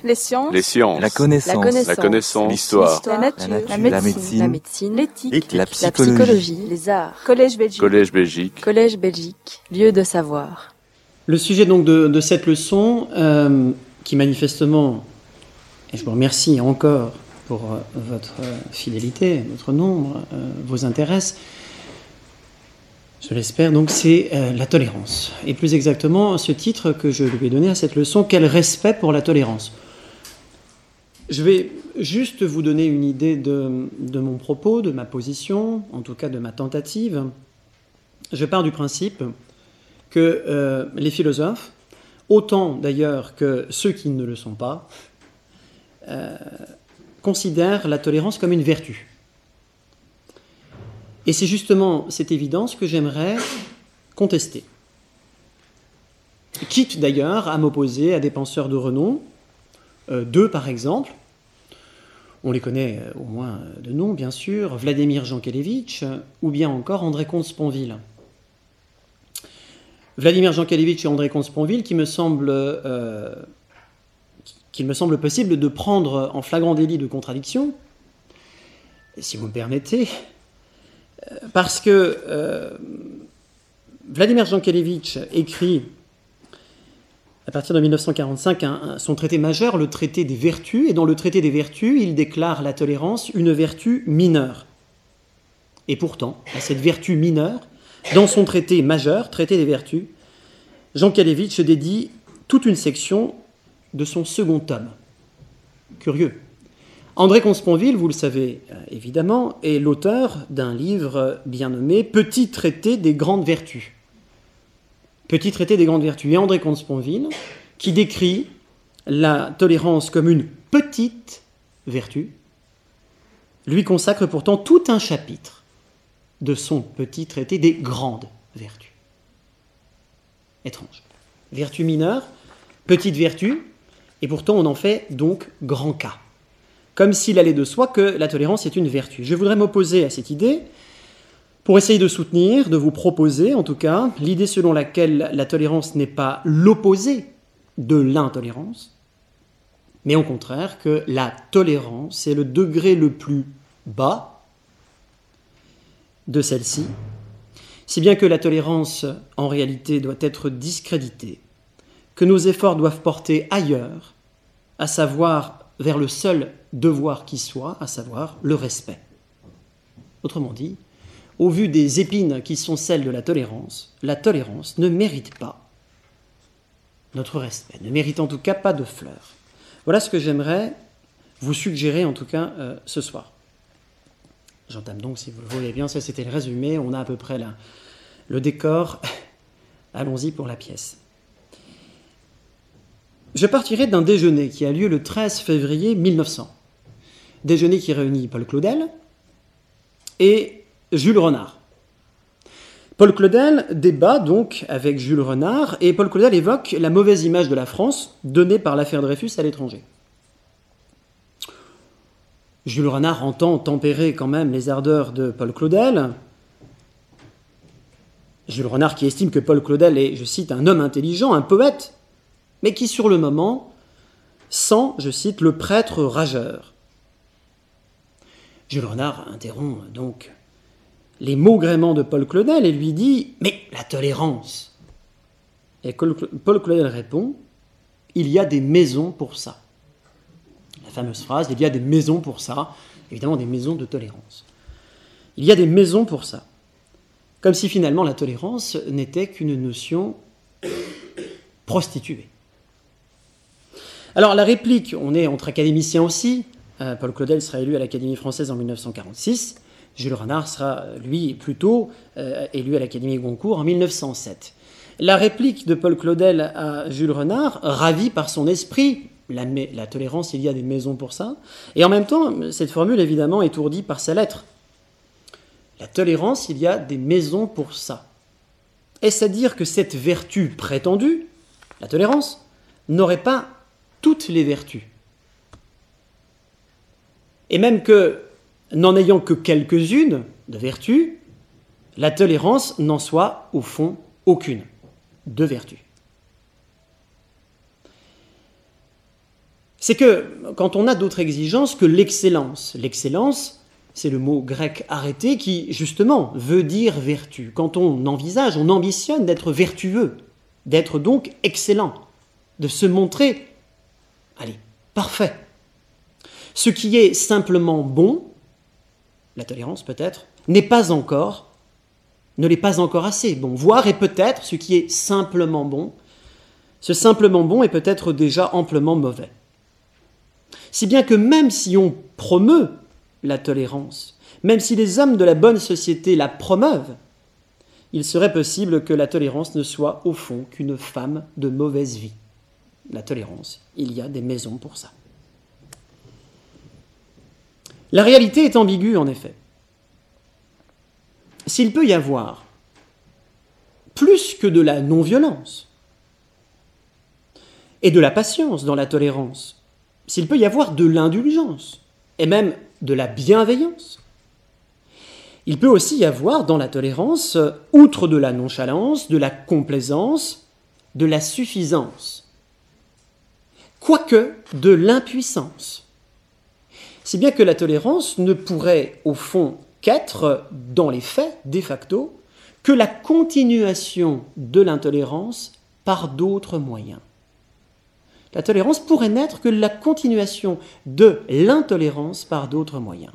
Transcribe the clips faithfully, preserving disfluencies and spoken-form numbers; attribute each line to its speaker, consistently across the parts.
Speaker 1: Les sciences.
Speaker 2: Les sciences.
Speaker 3: La connaissance.
Speaker 1: La connaissance.
Speaker 2: La connaissance. L'histoire.
Speaker 1: La nature.
Speaker 3: La nature.
Speaker 1: La médecine.
Speaker 3: La médecine.
Speaker 1: La médecine. L'éthique.
Speaker 3: La
Speaker 1: La
Speaker 3: psychologie.
Speaker 1: psychologie. Les arts. Collège Belgique.
Speaker 2: Collège Belgique.
Speaker 1: Collège Belgique. Lieu de savoir.
Speaker 4: Le sujet donc de, de cette leçon, euh, qui manifestement, et je vous remercie encore pour euh, votre euh, fidélité, votre nombre, euh, vous intéresse, je l'espère, donc c'est euh, la tolérance. Et plus exactement, ce titre que je lui ai donné à cette leçon, quel respect pour la tolérance. Je vais juste vous donner une idée de, de mon propos, de ma position, en tout cas de ma tentative. Je pars du principe que euh, les philosophes, autant d'ailleurs que ceux qui ne le sont pas, euh, considèrent la tolérance comme une vertu. Et c'est justement cette évidence que j'aimerais contester. Quitte d'ailleurs à m'opposer à des penseurs de renom, euh, deux par exemple, on les connaît euh, au moins de nom bien sûr, Vladimir Jankélévitch, euh, ou bien encore André Comte-Sponville. Vladimir Jankélévitch et André Comte-Sponville, qui me semble, euh, qu'il me semble possible de prendre en flagrant délit de contradiction, si vous me permettez, parce que euh, Vladimir Jankélévitch écrit à partir de mille neuf cent quarante-cinq un, un, son traité majeur, le traité des vertus, et dans le traité des vertus, il déclare la tolérance une vertu mineure. Et pourtant, à cette vertu mineure, dans son traité majeur, traité des vertus, Jankélévitch dédie toute une section de son second tome. Curieux. André Comte-Sponville, vous le savez euh, évidemment, est l'auteur d'un livre bien nommé « Petit traité des grandes vertus ». Petit traité des grandes vertus. Et André Comte-Sponville, qui décrit la tolérance comme une petite vertu, lui consacre pourtant tout un chapitre de son petit traité des grandes vertus. Étrange. Vertu mineure, petite vertu, et pourtant on en fait donc grand cas. Comme s'il allait de soi que la tolérance est une vertu. Je voudrais m'opposer à cette idée pour essayer de soutenir, de vous proposer en tout cas, l'idée selon laquelle la tolérance n'est pas l'opposé de l'intolérance, mais au contraire que la tolérance est le degré le plus bas de celle-ci, si bien que la tolérance en réalité doit être discréditée, que nos efforts doivent porter ailleurs, à savoir vers le seul devoir qui soit, à savoir le respect. Autrement dit, au vu des épines qui sont celles de la tolérance, la tolérance ne mérite pas notre respect, ne mérite en tout cas pas de fleurs. Voilà ce que j'aimerais vous suggérer en tout cas euh, ce soir. J'entame donc, si vous le voulez bien, ça c'était le résumé, on a à peu près là, le décor. Allons-y pour la pièce. Je partirai d'un déjeuner qui a lieu le treize février mille neuf cents. Déjeuner qui réunit Paul Claudel et Jules Renard. Paul Claudel débat donc avec Jules Renard et Paul Claudel évoque la mauvaise image de la France donnée par l'affaire Dreyfus à l'étranger. Jules Renard entend tempérer quand même les ardeurs de Paul Claudel. Jules Renard qui estime que Paul Claudel est, je cite, un homme intelligent, un poète, mais qui sur le moment sent, je cite, le prêtre rageur. Jules Renard interrompt donc les mots gréments de Paul Claudel et lui dit « Mais la tolérance !» Et Paul Claudel répond « Il y a des maisons pour ça ». La fameuse phrase « Il y a des maisons pour ça », évidemment des maisons de tolérance. Il y a des maisons pour ça. Comme si finalement la tolérance n'était qu'une notion prostituée. Alors la réplique, on est entre académiciens aussi, euh, Paul Claudel sera élu à l'Académie française en mille neuf cent quarante-six, Jules Renard sera, lui, plutôt euh, élu à l'Académie Goncourt en mille neuf cent sept. La réplique de Paul Claudel à Jules Renard, ravi par son esprit, la, la tolérance, il y a des maisons pour ça, et en même temps, cette formule évidemment étourdie par sa lettre. La tolérance, il y a des maisons pour ça. Est-ce à dire que cette vertu prétendue, la tolérance, n'aurait pas toutes les vertus? Et même que, n'en ayant que quelques-unes de vertus, la tolérance n'en soit, au fond, aucune de vertu. c'est que quand on a d'autres exigences que l'excellence, l'excellence, c'est le mot grec arrêté qui, justement, veut dire vertu. Quand on envisage, on ambitionne d'être vertueux, d'être donc excellent, de se montrer, allez, parfait. Ce qui est simplement bon, la tolérance peut-être, n'est pas encore, ne l'est pas encore assez bon, voire et peut-être ce qui est simplement bon, ce simplement bon est peut-être déjà amplement mauvais. Si bien que même si on promeut la tolérance, même si les hommes de la bonne société la promeuvent, il serait possible que la tolérance ne soit au fond qu'une femme de mauvaise vie. La tolérance, il y a des maisons pour ça. La réalité est ambiguë, en effet. S'il peut y avoir plus que de la non-violence et de la patience dans la tolérance, s'il peut y avoir de l'indulgence et même de la bienveillance, il peut aussi y avoir dans la tolérance, outre de la nonchalance, de la complaisance, de la suffisance, quoique de l'impuissance. Si bien que la tolérance ne pourrait, au fond, qu'être, dans les faits, de facto, que la continuation de l'intolérance par d'autres moyens. La tolérance pourrait n'être que la continuation de l'intolérance par d'autres moyens.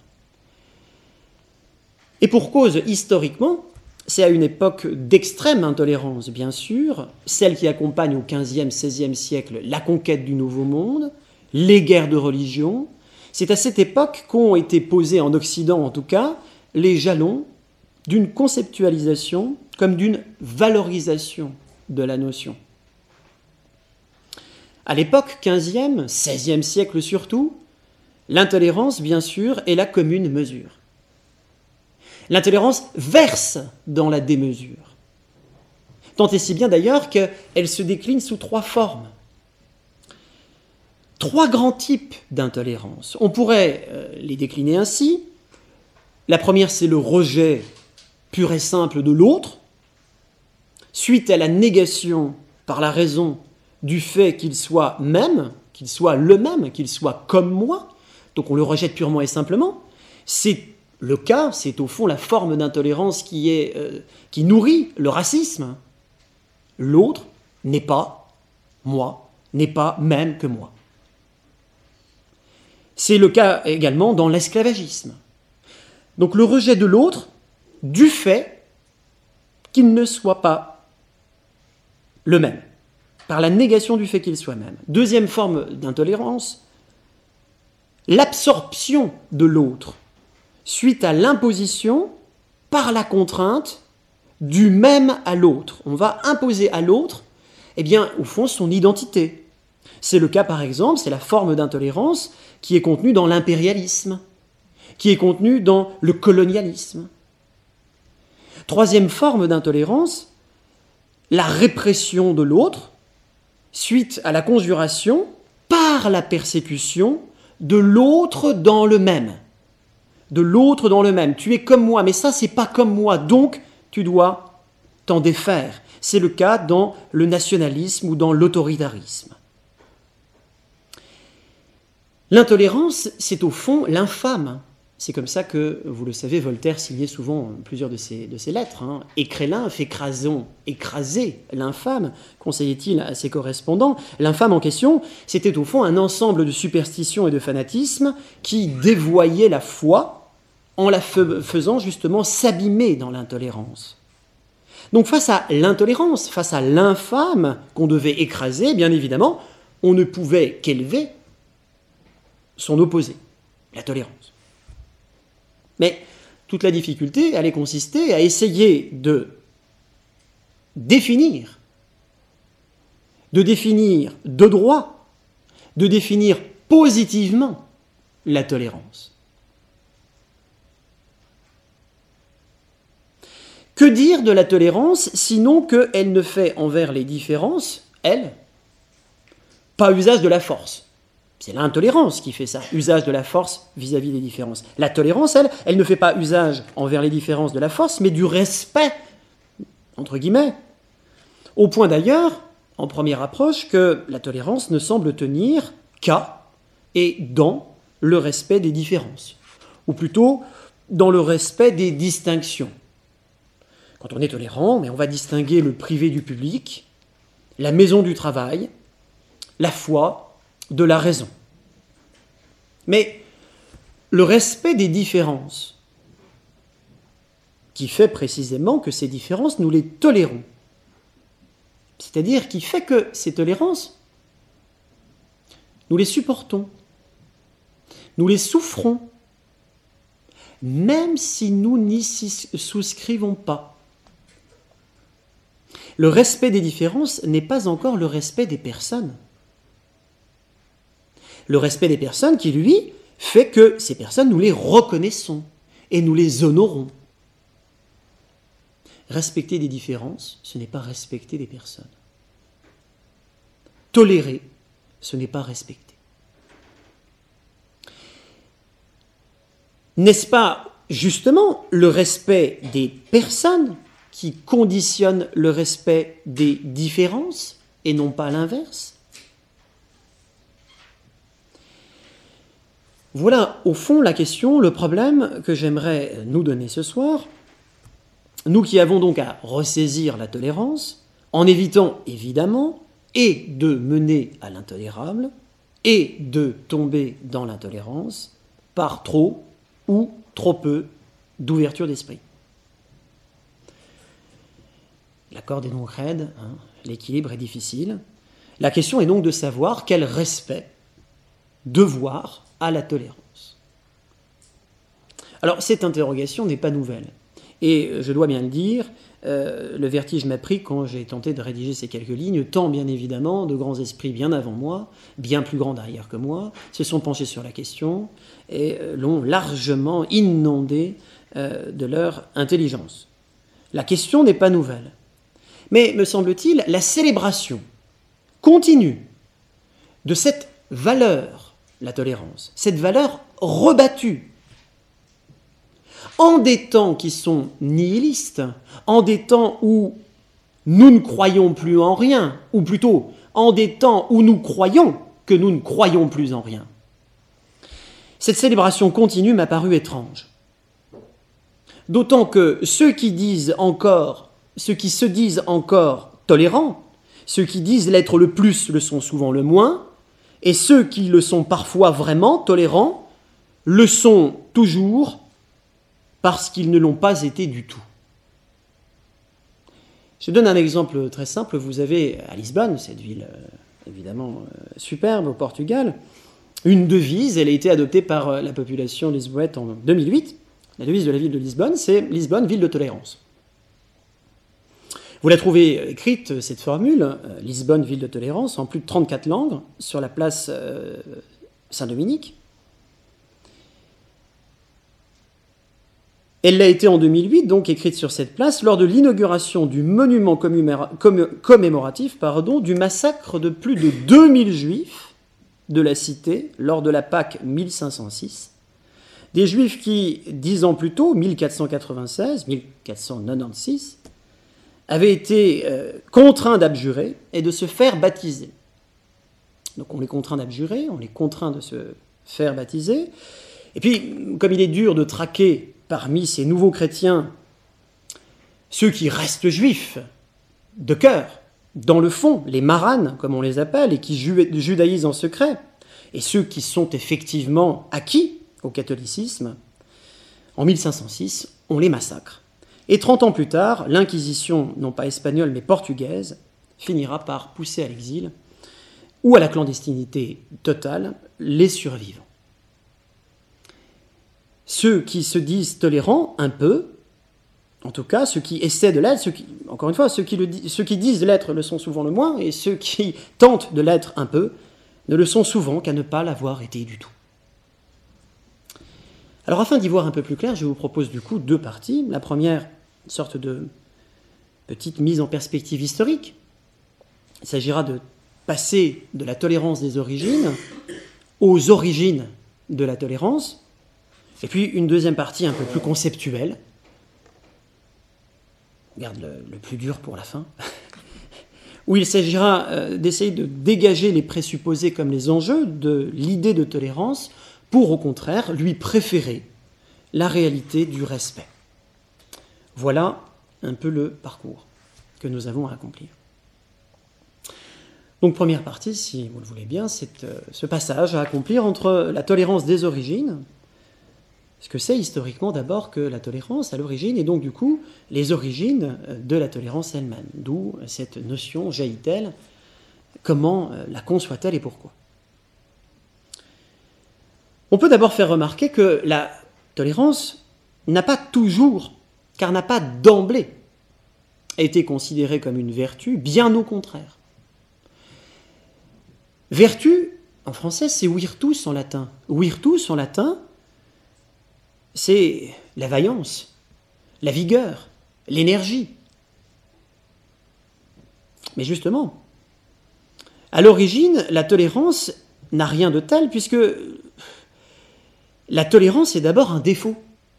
Speaker 4: Et pour cause, historiquement, c'est à une époque d'extrême intolérance, bien sûr, celle qui accompagne au quinzième, seizième siècle la conquête du Nouveau Monde, les guerres de religion. C'est à cette époque qu'ont été posés, en Occident en tout cas, les jalons d'une conceptualisation comme d'une valorisation de la notion. À l'époque quinzième, seizième siècle surtout, l'intolérance, bien sûr, est la commune mesure. L'intolérance verse dans la démesure. Tant et si bien d'ailleurs qu'elle se décline sous trois formes. Trois grands types d'intolérance. On pourrait euh, les décliner ainsi. La première, c'est le rejet pur et simple de l'autre, suite à la négation par la raison du fait qu'il soit même, qu'il soit le même, qu'il soit comme moi. Donc on le rejette purement et simplement. C'est le cas, c'est au fond la forme d'intolérance qui, est, euh, qui nourrit le racisme. L'autre n'est pas moi, n'est pas même que moi. C'est le cas également dans l'esclavagisme. Donc le rejet de l'autre du fait qu'il ne soit pas le même, par la négation du fait qu'il soit même. Deuxième forme d'intolérance, l'absorption de l'autre suite à l'imposition par la contrainte du même à l'autre. On va imposer à l'autre, eh bien, au fond, son identité. C'est le cas, par exemple, c'est la forme d'intolérance qui est contenue dans l'impérialisme, qui est contenue dans le colonialisme. Troisième forme d'intolérance, la répression de l'autre suite à la conjuration par la persécution de l'autre dans le même. De l'autre dans le même. Tu es comme moi, mais ça, c'est pas comme moi, donc tu dois t'en défaire. C'est le cas dans le nationalisme ou dans l'autoritarisme. L'intolérance, c'est au fond l'infâme. C'est comme ça que, vous le savez, Voltaire signait souvent plusieurs de ses, de ses lettres. Hein. Écrez-l'inf, écrasons, écrasez l'infâme, conseillait-il à ses correspondants. L'infâme en question, c'était au fond un ensemble de superstitions et de fanatismes qui dévoyaient la foi en la faisant justement s'abîmer dans l'intolérance. Donc face à l'intolérance, face à l'infâme qu'on devait écraser, bien évidemment, on ne pouvait qu'élever son opposé, la tolérance. Mais toute la difficulté allait consister à essayer de définir, de définir de droit, de définir positivement la tolérance. Que dire de la tolérance sinon qu'elle ne fait envers les différences, elle, pas usage de la force. C'est l'intolérance qui fait ça, usage de la force vis-à-vis des différences. La tolérance, elle, elle ne fait pas usage envers les différences de la force, mais du respect, entre guillemets. Au point d'ailleurs, en première approche, que la tolérance ne semble tenir qu'à et dans le respect des différences, ou plutôt dans le respect des distinctions. Quand on est tolérant, mais on va distinguer le privé du public, la maison du travail, la foi de la raison. Mais le respect des différences, qui fait précisément que ces différences, nous les tolérons. C'est-à-dire qui fait que ces tolérances, nous les supportons, nous les souffrons, même si nous n'y souscrivons pas. Le respect des différences n'est pas encore le respect des personnes. Le respect des personnes qui, lui, fait que ces personnes, nous les reconnaissons et nous les honorons. Respecter des différences, ce n'est pas respecter des personnes. Tolérer, ce n'est pas respecter. N'est-ce pas justement le respect des personnes qui conditionne le respect des différences et non pas l'inverse? Voilà, au fond, la question, le problème que j'aimerais nous donner ce soir. Nous qui avons donc à ressaisir la tolérance, en évitant évidemment et de mener à l'intolérable et de tomber dans l'intolérance par trop ou trop peu d'ouverture d'esprit. La corde est donc raide, hein, l'équilibre est difficile. La question est donc de savoir quel respect devoir à la tolérance. Alors cette interrogation n'est pas nouvelle. Et je dois bien le dire, euh, le vertige m'a pris quand j'ai tenté de rédiger ces quelques lignes, tant bien évidemment de grands esprits bien avant moi, bien plus grands derrière que moi, se sont penchés sur la question et euh, l'ont largement inondée euh, de leur intelligence. La question n'est pas nouvelle. Mais, me semble-t-il, la célébration continue de cette valeur, la tolérance, cette valeur rebattue, en des temps qui sont nihilistes, en des temps où nous ne croyons plus en rien, ou plutôt en des temps où nous croyons que nous ne croyons plus en rien. Cette célébration continue m'a paru étrange. D'autant que ceux qui disent encore, ceux qui se disent encore tolérants, ceux qui disent l'être le plus le sont souvent le moins, et ceux qui le sont parfois vraiment tolérants, le sont toujours parce qu'ils ne l'ont pas été du tout. Je donne un exemple très simple. Vous avez à Lisbonne, cette ville euh, évidemment euh, superbe au Portugal, une devise. Elle a été adoptée par euh, la population lisboète en deux mille huit. La devise de la ville de Lisbonne, c'est « Lisbonne, ville de tolérance ». Vous la trouvez écrite, cette formule, euh, « Lisbonne, ville de tolérance », en plus de trente-quatre langues, sur la place euh, Saint-Dominique. Elle l'a été en deux mille huit, donc écrite sur cette place, lors de l'inauguration du monument commémoratif pardon, du massacre de plus de deux mille juifs de la cité lors de la Pâque mille cinq cent six. Des juifs qui, dix ans plus tôt, mille quatre cent quatre-vingt-seize, mille quatre cent quatre-vingt-seize, avaient été euh, contraints d'abjurer et de se faire baptiser. Donc on les contraint d'abjurer, on les contraint de se faire baptiser. Et puis, comme il est dur de traquer parmi ces nouveaux chrétiens ceux qui restent juifs de cœur, dans le fond, les maranes, comme on les appelle, et qui judaïsent en secret, et ceux qui sont effectivement acquis au catholicisme, en mille cinq cent six, on les massacre. Et trente ans plus tard, l'Inquisition, non pas espagnole mais portugaise, finira par pousser à l'exil ou à la clandestinité totale les survivants. Ceux qui se disent tolérants, un peu, en tout cas, ceux qui essaient de l'être, ceux qui, encore une fois, ceux qui, le, ceux qui disent l'être le sont souvent le moins, et ceux qui tentent de l'être un peu, ne le sont souvent qu'à ne pas l'avoir été du tout. Alors, afin d'y voir un peu plus clair, je vous propose du coup deux parties. La première, une sorte de petite mise en perspective historique. Il s'agira de passer de la tolérance des origines aux origines de la tolérance. Et puis une deuxième partie un peu plus conceptuelle. On garde le, le plus dur pour la fin. où il s'agira euh, d'essayer de dégager les présupposés comme les enjeux de l'idée de tolérance pour, au contraire, lui préférer la réalité du respect. Voilà un peu le parcours que nous avons à accomplir. Donc, première partie, si vous le voulez bien, c'est euh, ce passage à accomplir entre la tolérance des origines, ce que c'est historiquement d'abord que la tolérance à l'origine, et donc du coup les origines de la tolérance elle-même, d'où cette notion jaillit-elle, comment la conçoit-elle et pourquoi. On peut d'abord faire remarquer que la tolérance n'a pas toujours, car n'a pas d'emblée, été considérée comme une vertu, bien au contraire. Vertu, en français, c'est virtus en latin. Virtus en latin, c'est la vaillance, la vigueur, l'énergie. Mais justement, à l'origine, la tolérance n'a rien de tel, puisque la tolérance est d'abord un défaut.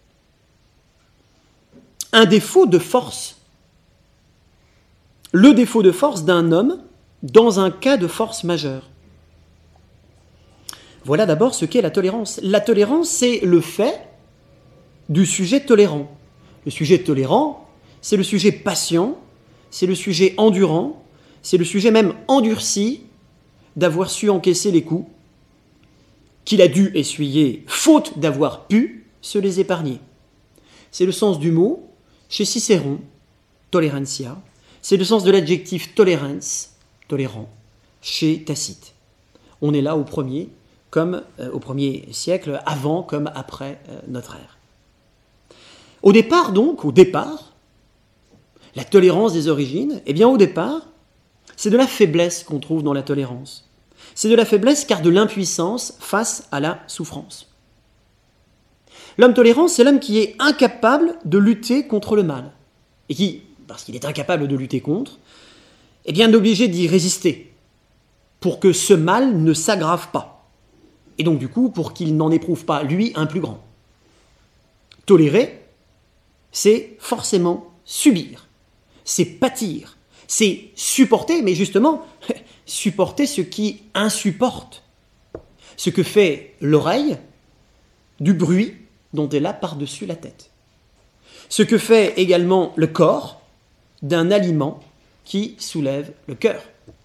Speaker 4: Un défaut de force. Le défaut de force d'un homme dans un cas de force majeure. Voilà d'abord ce qu'est la tolérance. La tolérance, c'est le fait du sujet tolérant. Le sujet tolérant, c'est le sujet patient, c'est le sujet endurant, c'est le sujet même endurci d'avoir su encaisser les coups qu'il a dû essuyer, faute d'avoir pu se les épargner. C'est le sens du mot, chez Cicéron, tolerantia, c'est le sens de l'adjectif tolerans, tolérant, chez Tacite. On est là au premier, comme euh, au premier siècle, avant comme après euh, notre ère. Au départ, donc, au départ, la tolérance des origines, eh bien, au départ, c'est de la faiblesse qu'on trouve dans la tolérance. C'est de la faiblesse car de l'impuissance face à la souffrance. L'homme tolérant, c'est l'homme qui est incapable de lutter contre le mal. Et qui, parce qu'il est incapable de lutter contre, est bien obligé d'y résister pour que ce mal ne s'aggrave pas. Et donc, du coup, pour qu'il n'en éprouve pas, lui, un plus grand. Tolérer, c'est forcément subir, c'est pâtir, c'est supporter, mais justement, supporter ce qui insupporte, ce que fait l'oreille du bruit dont elle a par-dessus la tête, ce que fait également le corps d'un aliment qui soulève le cœur.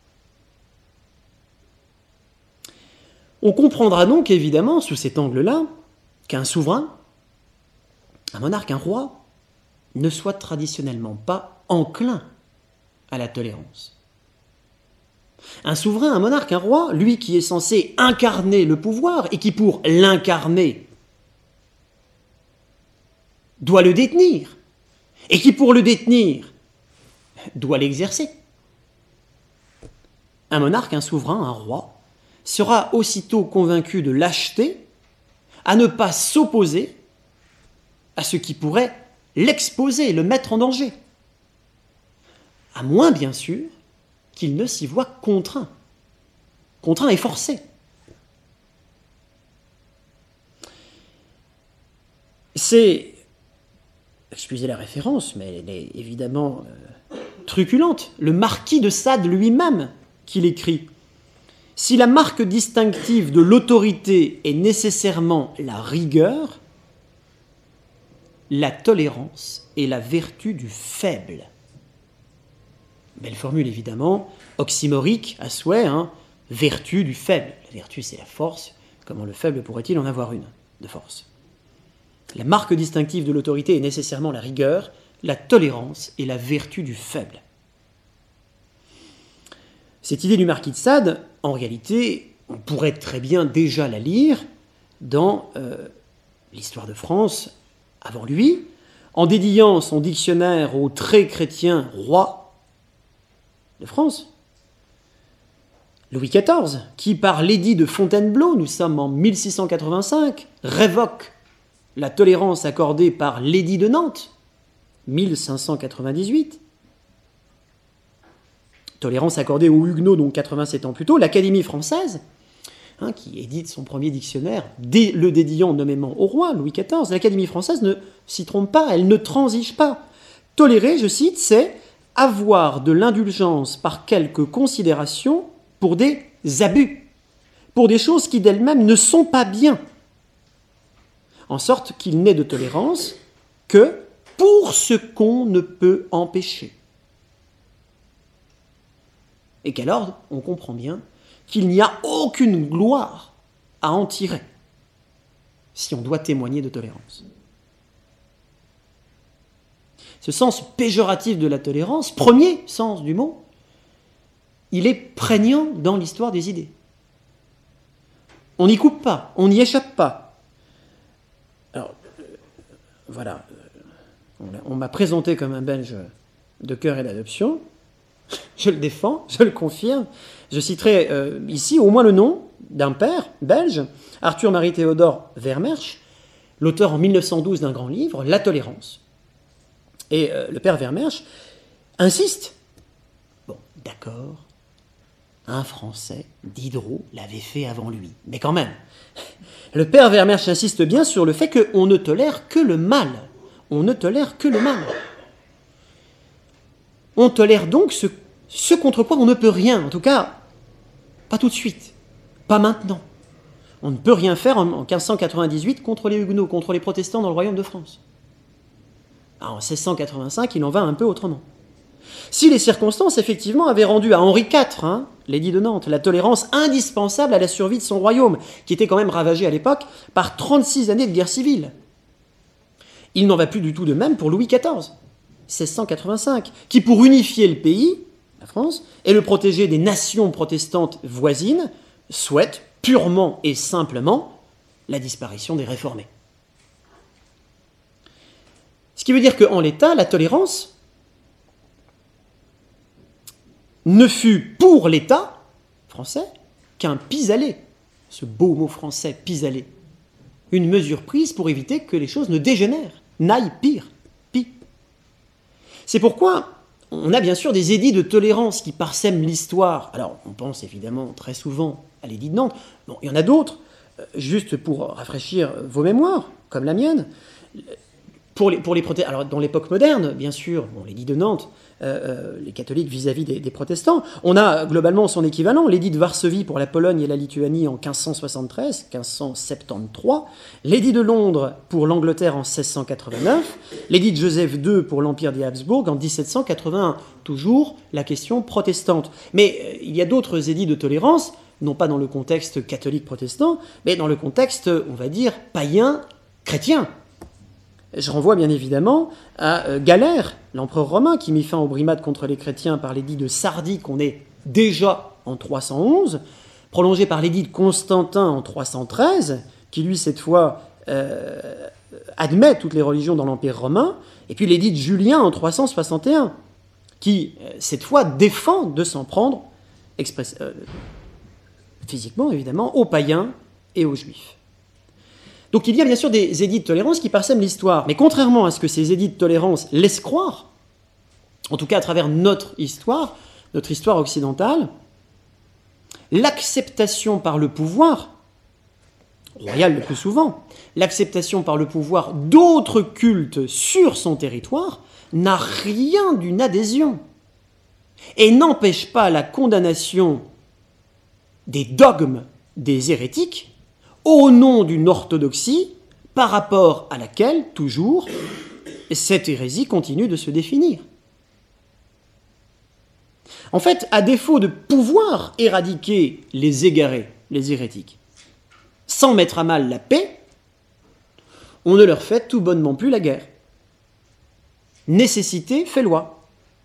Speaker 4: On comprendra donc évidemment, sous cet angle-là, qu'un souverain, un monarque, un roi, ne soit traditionnellement pas enclin à la tolérance. Un souverain, un monarque, un roi, lui qui est censé incarner le pouvoir et qui, pour l'incarner, doit le détenir, et qui, pour le détenir, doit l'exercer. Un monarque, un souverain, un roi, sera aussitôt convaincu de lâcheté à ne pas s'opposer à ce qui pourrait l'exposer, le mettre en danger. À moins, bien sûr, qu'il ne s'y voit contraint. Contraint et forcé. C'est, excusez la référence, mais elle est évidemment euh, truculente, le marquis de Sade lui-même qui l'écrit. Si la marque distinctive de l'autorité est nécessairement la rigueur, la tolérance est la vertu du faible. Belle formule évidemment, oxymorique à souhait, hein, vertu du faible. La vertu c'est la force, comment le faible pourrait-il en avoir une de force? La marque distinctive de l'autorité est nécessairement la rigueur, la tolérance est la vertu du faible. Cette idée du marquis de Sade, en réalité, on pourrait très bien déjà la lire dans euh, l'histoire de France avant lui, en dédiant son dictionnaire au très chrétien roi de France, Louis quatorze, qui par l'édit de Fontainebleau, nous sommes en mille six cent quatre-vingt-cinq, révoque la tolérance accordée par l'édit de Nantes, mille cinq cent quatre-vingt-dix-huit, tolérance accordée aux Huguenots, donc quatre-vingt-sept ans plus tôt, l'Académie française, hein, qui édite son premier dictionnaire, dès le dédiant nommément au roi, Louis quatorze, l'Académie française ne s'y trompe pas, elle ne transige pas. Tolérer, je cite, c'est avoir de l'indulgence par quelques considérations pour des abus, pour des choses qui d'elles-mêmes ne sont pas bien, en sorte qu'il n'est de tolérance que pour ce qu'on ne peut empêcher. Et qu'alors, on comprend bien qu'il n'y a aucune gloire à en tirer si on doit témoigner de tolérance. Ce sens péjoratif de la tolérance, premier sens du mot, il est prégnant dans l'histoire des idées. On n'y coupe pas, on n'y échappe pas. Alors, euh, voilà, on, on m'a présenté comme un Belge de cœur et d'adoption. Je le défends, je le confirme. Je citerai euh, ici au moins le nom d'un père belge, Arthur Marie Théodore Vermersch, l'auteur en mille neuf cent douze d'un grand livre, La tolérance. Et euh, le père Vermersch insiste. Bon, d'accord, un Français, Diderot, l'avait fait avant lui. Mais quand même, le père Vermersch insiste bien sur le fait qu'on ne tolère que le mal. On ne tolère que le mal. On tolère donc ce, ce contre quoi on ne peut rien. En tout cas, pas tout de suite. Pas maintenant. On ne peut rien faire en, en quinze cent quatre-vingt-dix-huit contre les Huguenots, contre les protestants dans le royaume de France. Alors, en seize cent quatre-vingt-cinq, il en va un peu autrement. Si les circonstances, effectivement, avaient rendu à Henri quatre, hein, l'édit de Nantes, la tolérance indispensable à la survie de son royaume, qui était quand même ravagé à l'époque par trente-six années de guerre civile. Il n'en va plus du tout de même pour Louis quatorze, seize cent quatre-vingt-cinq, qui, pour unifier le pays, la France, et le protéger des nations protestantes voisines, souhaite purement et simplement la disparition des réformés. Ce qui veut dire qu'en l'état, la tolérance ne fut pour l'État français qu'un pis-aller, ce beau mot français, pis-aller, une mesure prise pour éviter que les choses ne dégénèrent, n'aillent pire, pis. C'est pourquoi on a bien sûr des édits de tolérance qui parsèment l'histoire. Alors, on pense évidemment très souvent à l'édit de Nantes. Bon, il y en a d'autres, juste pour rafraîchir vos mémoires, comme la mienne. Pour les, pour les proté- Alors, dans l'époque moderne, bien sûr, bon, l'édit de Nantes, euh, euh, les catholiques vis-à-vis des, des protestants, on a globalement son équivalent, l'édit de Varsovie pour la Pologne et la Lituanie en quinze cent soixante-treize, quinze cent soixante-treize, l'édit de Londres pour l'Angleterre en seize cent quatre-vingt-neuf, l'édit de Joseph deux pour l'Empire des Habsbourg en dix-sept cent quatre-vingt-un. Toujours la question protestante. Mais euh, il y a d'autres édits de tolérance, non pas dans le contexte catholique-protestant, mais dans le contexte, on va dire, païen-chrétien. Je renvoie bien évidemment à Galère, l'empereur romain, qui mit fin aux brimades contre les chrétiens par l'édit de Sardis, qu'on est déjà en trois cent onze, prolongé par l'édit de Constantin en trois cent treize, qui lui, cette fois, euh, admet toutes les religions dans l'Empire romain, et puis l'édit de Julien en trois cent soixante et un, qui, cette fois, défend de s'en prendre, express, euh, physiquement évidemment, aux païens et aux juifs. Donc il y a bien sûr des édits de tolérance qui parsèment l'histoire, mais contrairement à ce que ces édits de tolérance laissent croire, en tout cas à travers notre histoire, notre histoire occidentale, l'acceptation par le pouvoir, royal le plus souvent, l'acceptation par le pouvoir d'autres cultes sur son territoire n'a rien d'une adhésion et n'empêche pas la condamnation des dogmes des hérétiques au nom d'une orthodoxie par rapport à laquelle, toujours, cette hérésie continue de se définir. En fait, à défaut de pouvoir éradiquer les égarés, les hérétiques, sans mettre à mal la paix, on ne leur fait tout bonnement plus la guerre. Nécessité fait loi.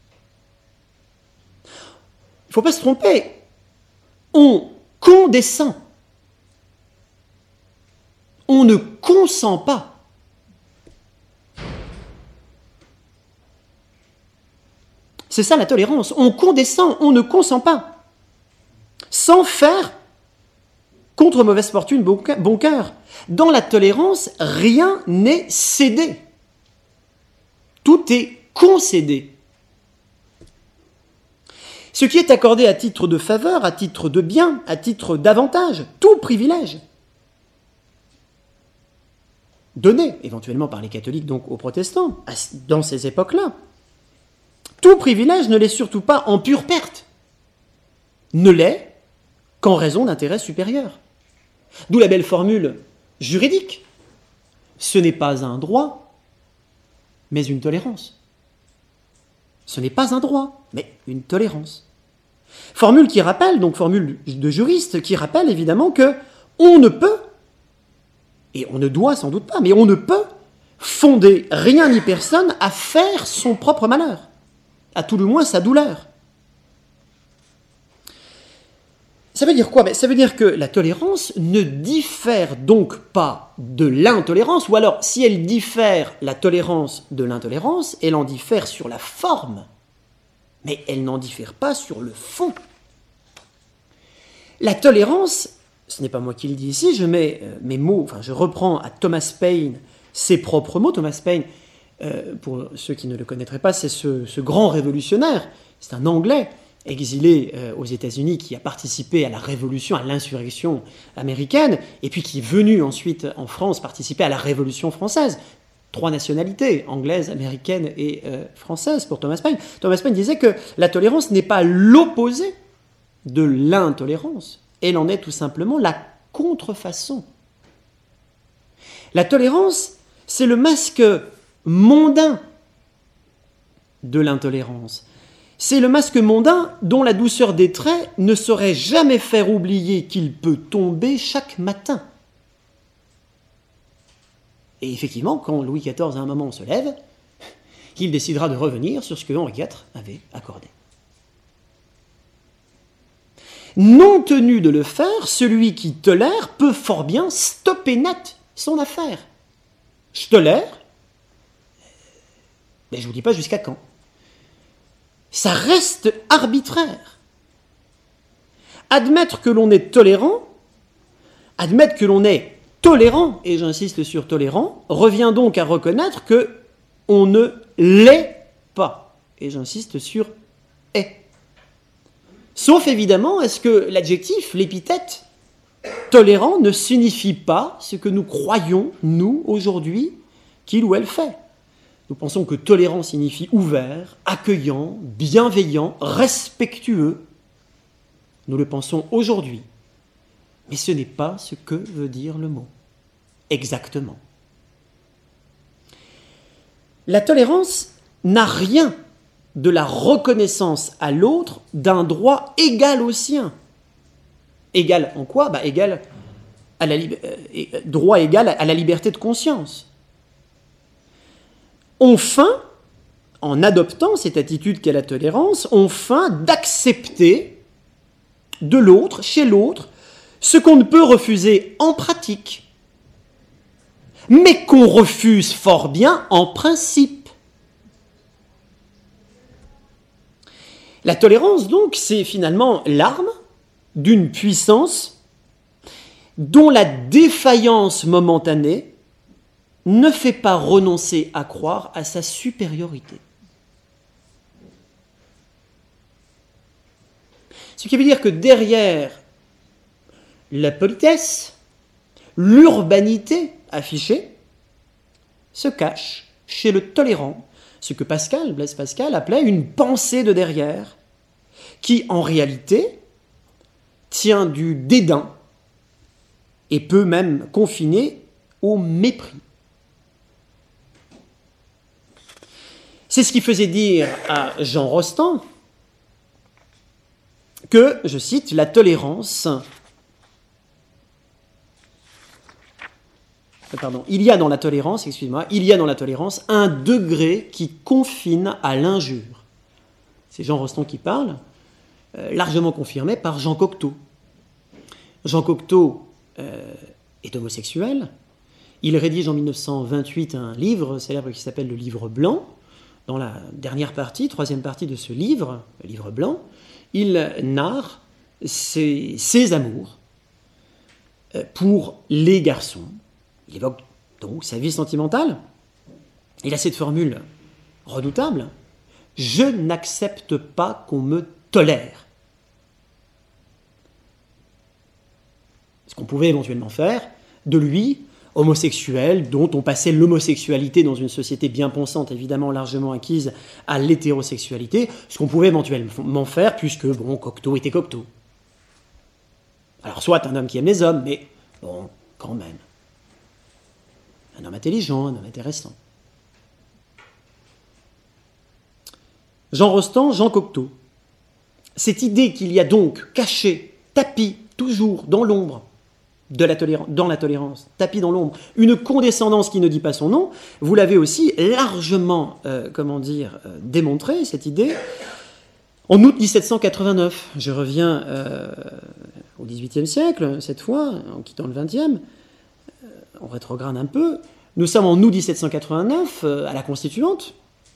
Speaker 4: Il ne faut pas se tromper. On condescend. On ne consent pas. C'est ça la tolérance. On condescend, on ne consent pas. Sans faire, contre mauvaise fortune, bon cœur. Dans la tolérance, rien n'est cédé. Tout est concédé. Ce qui est accordé à titre de faveur, à titre de bien, à titre d'avantage, tout privilège, donné éventuellement par les catholiques donc aux protestants, dans ces époques-là, tout privilège ne l'est surtout pas en pure perte, ne l'est qu'en raison d'intérêts supérieurs. D'où la belle formule juridique. Ce n'est pas un droit, mais une tolérance. Ce n'est pas un droit, mais une tolérance. Formule qui rappelle, donc formule de juriste, qui rappelle évidemment que on ne peut, et on ne doit sans doute pas, mais on ne peut fonder rien ni personne à faire son propre malheur, à tout le moins sa douleur. Ça veut dire quoi? Ben, ça veut dire que la tolérance ne diffère donc pas de l'intolérance, ou alors si elle diffère la tolérance de l'intolérance, elle en diffère sur la forme, mais elle n'en diffère pas sur le fond. La tolérance, ce n'est pas moi qui le dis ici, je mets euh, mes mots, enfin je reprends à Thomas Paine ses propres mots. Thomas Paine, euh, pour ceux qui ne le connaîtraient pas, c'est ce, ce grand révolutionnaire, c'est un Anglais exilé euh, aux États-Unis qui a participé à la révolution, à l'insurrection américaine, et puis qui est venu ensuite en France participer à la Révolution française. Trois nationalités, anglaise, américaine et euh, française pour Thomas Paine. Thomas Paine disait que la tolérance n'est pas l'opposé de l'intolérance, elle en est tout simplement la contrefaçon. La tolérance, c'est le masque mondain de l'intolérance. C'est le masque mondain dont la douceur des traits ne saurait jamais faire oublier qu'il peut tomber chaque matin. Et effectivement, quand Louis quatorze à un moment se lève, il décidera de revenir sur ce que Henri quatre avait accordé. Non tenu de le faire, celui qui tolère peut fort bien stopper net son affaire. Je tolère, mais je ne vous dis pas jusqu'à quand. Ça reste arbitraire. Admettre que l'on est tolérant, admettre que l'on est tolérant, et j'insiste sur tolérant, revient donc à reconnaître que on ne l'est pas. Et j'insiste sur est. Sauf évidemment, est-ce que l'adjectif, l'épithète, tolérant ne signifie pas ce que nous croyons, nous, aujourd'hui, qu'il ou elle fait. Nous pensons que tolérant signifie ouvert, accueillant, bienveillant, respectueux. Nous le pensons aujourd'hui. Mais ce n'est pas ce que veut dire le mot. Exactement. La tolérance n'a rien de la reconnaissance à l'autre d'un droit égal au sien. Égal en quoi? Bah, égal à la li- euh, droit égal à la liberté de conscience. On feint, en adoptant cette attitude qu'est la tolérance, on feint d'accepter de l'autre, chez l'autre, ce qu'on ne peut refuser en pratique, mais qu'on refuse fort bien en principe. La tolérance, donc, c'est finalement l'arme d'une puissance dont la défaillance momentanée ne fait pas renoncer à croire à sa supériorité. Ce qui veut dire que derrière la politesse, l'urbanité affichée, se cache chez le tolérant ce que Pascal, Blaise Pascal, appelait une pensée de derrière, qui en réalité tient du dédain et peut même confiner au mépris. C'est ce qui faisait dire à Jean Rostand que, je cite, la tolérance... Pardon, il y a dans la tolérance, excusez-moi, il y a dans la tolérance un degré qui confine à l'injure. C'est Jean Rostand qui parle, euh, largement confirmé par Jean Cocteau. Jean Cocteau euh, est homosexuel. Il rédige en mille neuf cent vingt-huit un livre célèbre qui s'appelle le Livre blanc. Dans la dernière partie, troisième partie de ce livre, le Livre blanc, il narre ses, ses amours pour les garçons. Il évoque donc sa vie sentimentale. Il a cette formule redoutable. « Je n'accepte pas qu'on me tolère ». Ce qu'on pouvait éventuellement faire de lui homosexuels, dont on passait l'homosexualité dans une société bien pensante, évidemment largement acquise à l'hétérosexualité, ce qu'on pouvait éventuellement faire, puisque, bon, Cocteau était Cocteau. Alors, soit un homme qui aime les hommes, mais, bon, quand même. Un homme intelligent, un homme intéressant. Jean Rostand, Jean Cocteau. Cette idée qu'il y a donc caché, tapis, toujours dans l'ombre, de la tolérance, dans la tolérance, tapis dans l'ombre, une condescendance qui ne dit pas son nom, vous l'avez aussi largement, euh, comment dire, euh, démontré, cette idée, en août dix-sept cent quatre-vingt-neuf. Je reviens euh, au dix-huitième siècle, cette fois, en quittant le vingtième, euh, on rétrograde un peu. Nous sommes en août dix-sept cent quatre-vingt-neuf, euh, à la Constituante.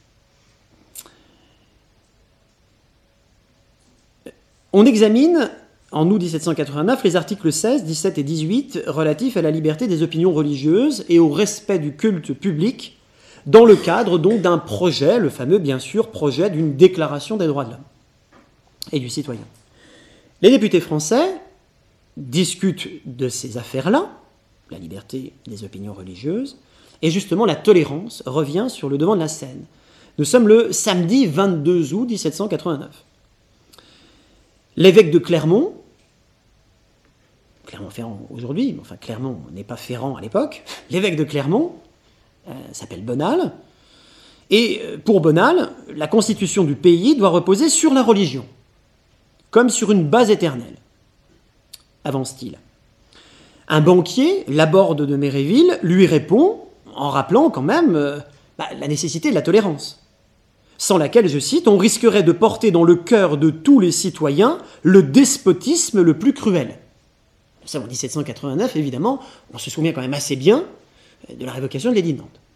Speaker 4: On examine, en août dix-sept cent quatre-vingt-neuf, les articles seize, dix-sept et dix-huit relatifs à la liberté des opinions religieuses et au respect du culte public, dans le cadre donc d'un projet, le fameux, bien sûr, projet d'une déclaration des droits de l'homme et du citoyen. Les députés français discutent de ces affaires-là, la liberté des opinions religieuses, et justement la tolérance revient sur le devant de la scène. Nous sommes le samedi vingt-deux août dix-sept cent quatre-vingt-neuf. L'évêque de Clermont, Clermont-Ferrand aujourd'hui, mais enfin Clermont n'est pas Ferrand à l'époque, l'évêque de Clermont euh, s'appelle Bonal, et pour Bonal, la constitution du pays doit reposer sur la religion, comme sur une base éternelle, avance-t-il. Un banquier, Laborde de Méréville, lui répond en rappelant quand même euh, bah, la nécessité de la tolérance, sans laquelle, je cite, on risquerait de porter dans le cœur de tous les citoyens le despotisme le plus cruel. Ça, en dix-sept cent quatre-vingt-neuf, évidemment, on se souvient quand même assez bien de la révocation de l'édit de Nantes.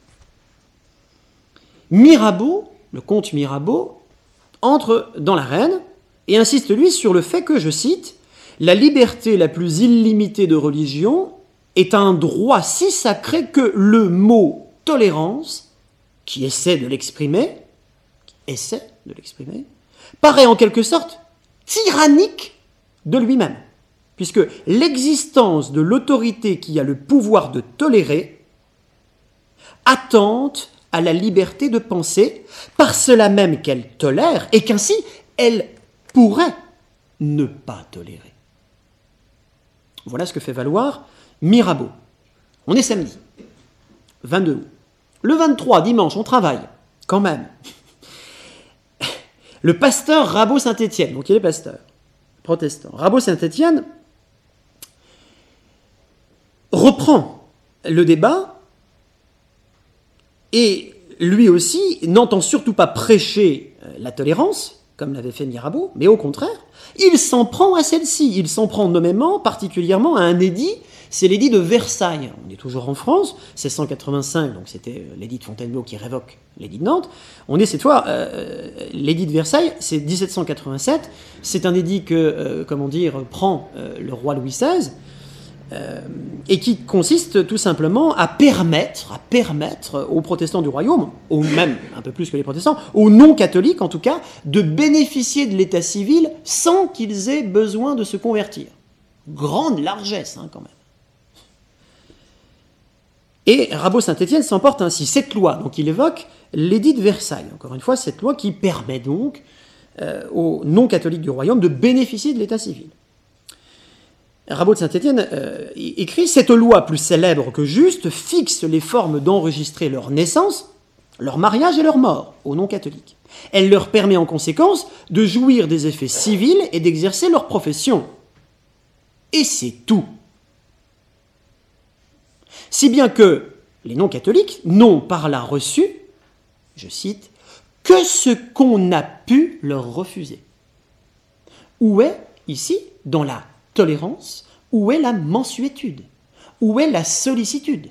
Speaker 4: Mirabeau, le comte Mirabeau, entre dans l'arène et insiste, lui, sur le fait que, je cite, « la liberté la plus illimitée de religion est un droit si sacré que le mot « tolérance », qui essaie de l'exprimer, essaie de l'exprimer, paraît en quelque sorte tyrannique de lui-même, puisque l'existence de l'autorité qui a le pouvoir de tolérer attente à la liberté de penser, par cela même qu'elle tolère, et qu'ainsi elle pourrait ne pas tolérer. Voilà ce que fait valoir Mirabeau. On est samedi, vingt-deux août. Le vingt-trois, dimanche, on travaille, quand même. Le pasteur Rabot-Saint-Étienne, donc il est pasteur, protestant. Rabot-Saint-Étienne reprend le débat et lui aussi n'entend surtout pas prêcher la tolérance, comme l'avait fait Mirabeau, mais au contraire, il s'en prend à celle-ci. Il s'en prend nommément, particulièrement, à un édit, c'est l'édit de Versailles. On est toujours en France, seize cent quatre-vingt-cinq, donc c'était l'édit de Fontainebleau qui révoque l'édit de Nantes. On est cette fois, euh, l'édit de Versailles, c'est dix-sept cent quatre-vingt-sept, c'est un édit que, euh, comment dire, prend euh, le roi Louis seize, euh, et qui consiste tout simplement à permettre, à permettre aux protestants du royaume, ou même un peu plus que les protestants, aux non-catholiques en tout cas, de bénéficier de l'état civil sans qu'ils aient besoin de se convertir. Grande largesse, hein, quand même. Et Rabot-Saint-Étienne s'emporte ainsi. Cette loi, donc il évoque l'édit de Versailles, encore une fois, cette loi qui permet donc euh, aux non-catholiques du royaume de bénéficier de l'état civil. Rabot de Saint-Étienne euh, écrit « Cette loi, plus célèbre que juste, fixe les formes d'enregistrer leur naissance, leur mariage et leur mort aux non-catholiques. Elle leur permet en conséquence de jouir des effets civils et d'exercer leur profession. Et c'est tout. Si bien que les non-catholiques n'ont par là reçu, je cite, que ce qu'on a pu leur refuser. » Où est, ici, dans la tolérance, où est la mansuétude? Où est la sollicitude?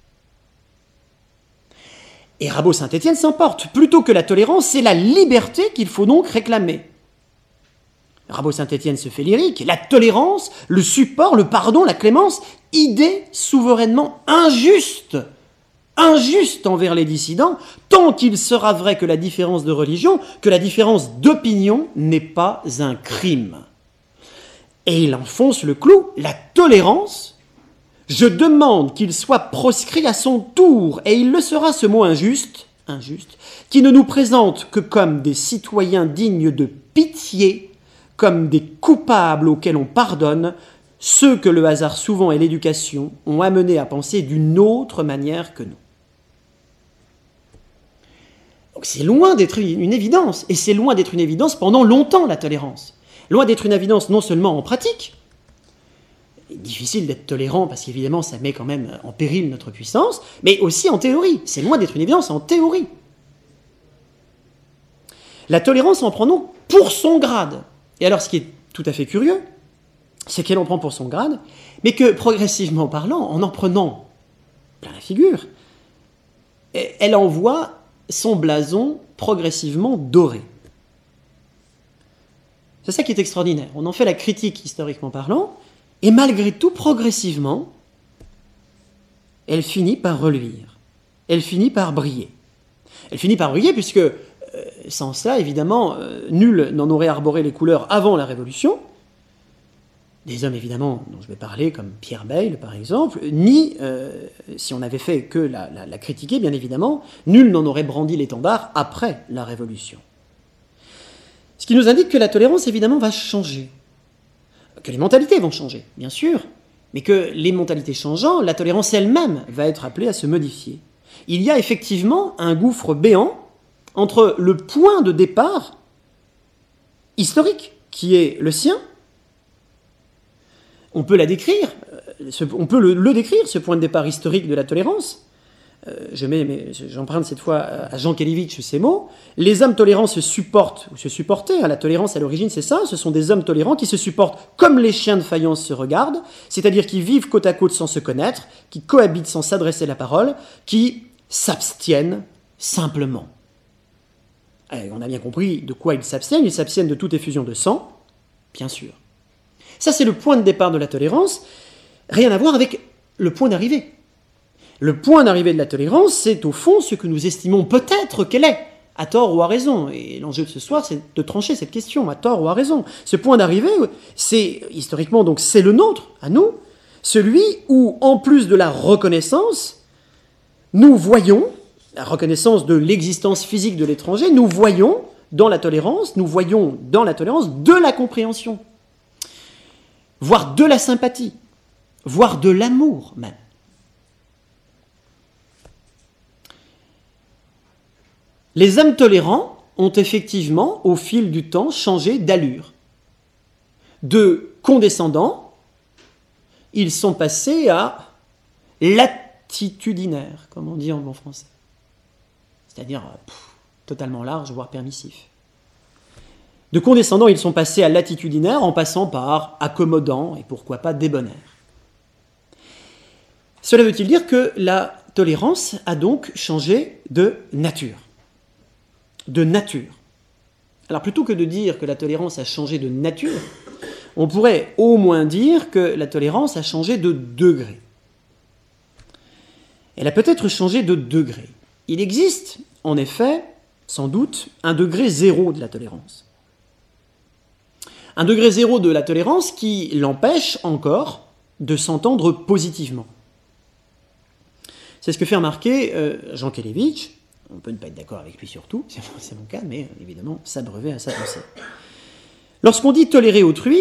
Speaker 4: Et Rabot-Saint-Étienne s'emporte. Plutôt que la tolérance, c'est la liberté qu'il faut donc réclamer. Rabot-Saint-Étienne se fait lyrique. La tolérance, le support, le pardon, la clémence, idée souverainement injuste, injuste envers les dissidents, tant qu'il sera vrai que la différence de religion, que la différence d'opinion n'est pas un crime. Et il enfonce le clou, la tolérance Je demande qu'il soit proscrit à son tour, et il le sera, ce mot injuste, injuste, qui ne nous présente que comme des citoyens dignes de pitié, comme des coupables auxquels on pardonne, ceux que le hasard souvent et l'éducation ont amenés à penser d'une autre manière que nous. Donc c'est loin d'être une évidence, et c'est loin d'être une évidence pendant longtemps, la tolérance. Loin d'être une évidence non seulement en pratique, c'est difficile d'être tolérant parce qu'évidemment ça met quand même en péril notre puissance, mais aussi en théorie. C'est loin d'être une évidence en théorie. La tolérance en prend donc pour son grade. Et alors ce qui est tout à fait curieux, c'est qu'elle en prend pour son grade, mais que progressivement parlant, en en prenant plein la figure, elle envoie son blason progressivement doré. C'est ça qui est extraordinaire. On en fait la critique historiquement parlant, et malgré tout, progressivement, elle finit par reluire. Elle finit par briller. Elle finit par briller puisque, euh, sans ça, évidemment, euh, nul n'en aurait arboré les couleurs avant la Révolution. Des hommes, évidemment, dont je vais parler, comme Pierre Bayle, par exemple, ni, euh, si on n'avait fait que la, la, la critiquer, bien évidemment, nul n'en aurait brandi l'étendard après la Révolution. Ce qui nous indique que la tolérance, évidemment, va changer. Que les mentalités vont changer, bien sûr, mais que les mentalités changeant, la tolérance elle-même va être appelée à se modifier. Il y a effectivement un gouffre béant entre le point de départ historique, qui est le sien. On peut la décrire, on peut le, le décrire, ce point de départ historique de la tolérance. Euh, je mets, mais j'emprunte cette fois à Jean Kelevitch ces mots. Les hommes tolérants se supportent, ou se supportaient, hein, la tolérance à l'origine c'est ça, ce sont des hommes tolérants qui se supportent comme les chiens de faïence se regardent, c'est-à-dire qui vivent côte à côte sans se connaître, qui cohabitent sans s'adresser la parole, qui s'abstiennent simplement. Et on a bien compris de quoi ils s'abstiennent, ils s'abstiennent de toute effusion de sang, bien sûr. Ça c'est le point de départ de la tolérance, rien à voir avec le point d'arrivée. Le point d'arrivée de la tolérance, c'est au fond ce que nous estimons peut-être qu'elle est, à tort ou à raison. Et l'enjeu de ce soir, c'est de trancher cette question, à tort ou à raison. Ce point d'arrivée, c'est, historiquement, donc c'est le nôtre, à nous, celui où, en plus de la reconnaissance, nous voyons, la reconnaissance de l'existence physique de l'étranger, nous voyons dans la tolérance, nous voyons dans la tolérance de la compréhension, voire de la sympathie, voire de l'amour même. Les hommes tolérants ont effectivement, au fil du temps, changé d'allure. De condescendants, ils sont passés à latitudinaires, comme on dit en bon français. C'est-à-dire pff, totalement large, voire permissif. De condescendants, ils sont passés à latitudinaires en passant par accommodants et pourquoi pas débonnaires. Cela veut-il dire que la tolérance a donc changé de nature ? De nature. Alors plutôt que de dire que la tolérance a changé de nature, on pourrait au moins dire que la tolérance a changé de degré. Elle a peut-être changé de degré. Il existe, en effet, sans doute, un degré zéro de la tolérance. Un degré zéro de la tolérance qui l'empêche encore de s'entendre positivement. C'est ce que fait remarquer euh, Jean Kelevitch. On peut ne pas être d'accord avec lui sur tout, c'est, c'est mon cas, mais euh, évidemment s'abreuver à sa pensée. Lorsqu'on dit tolérer autrui,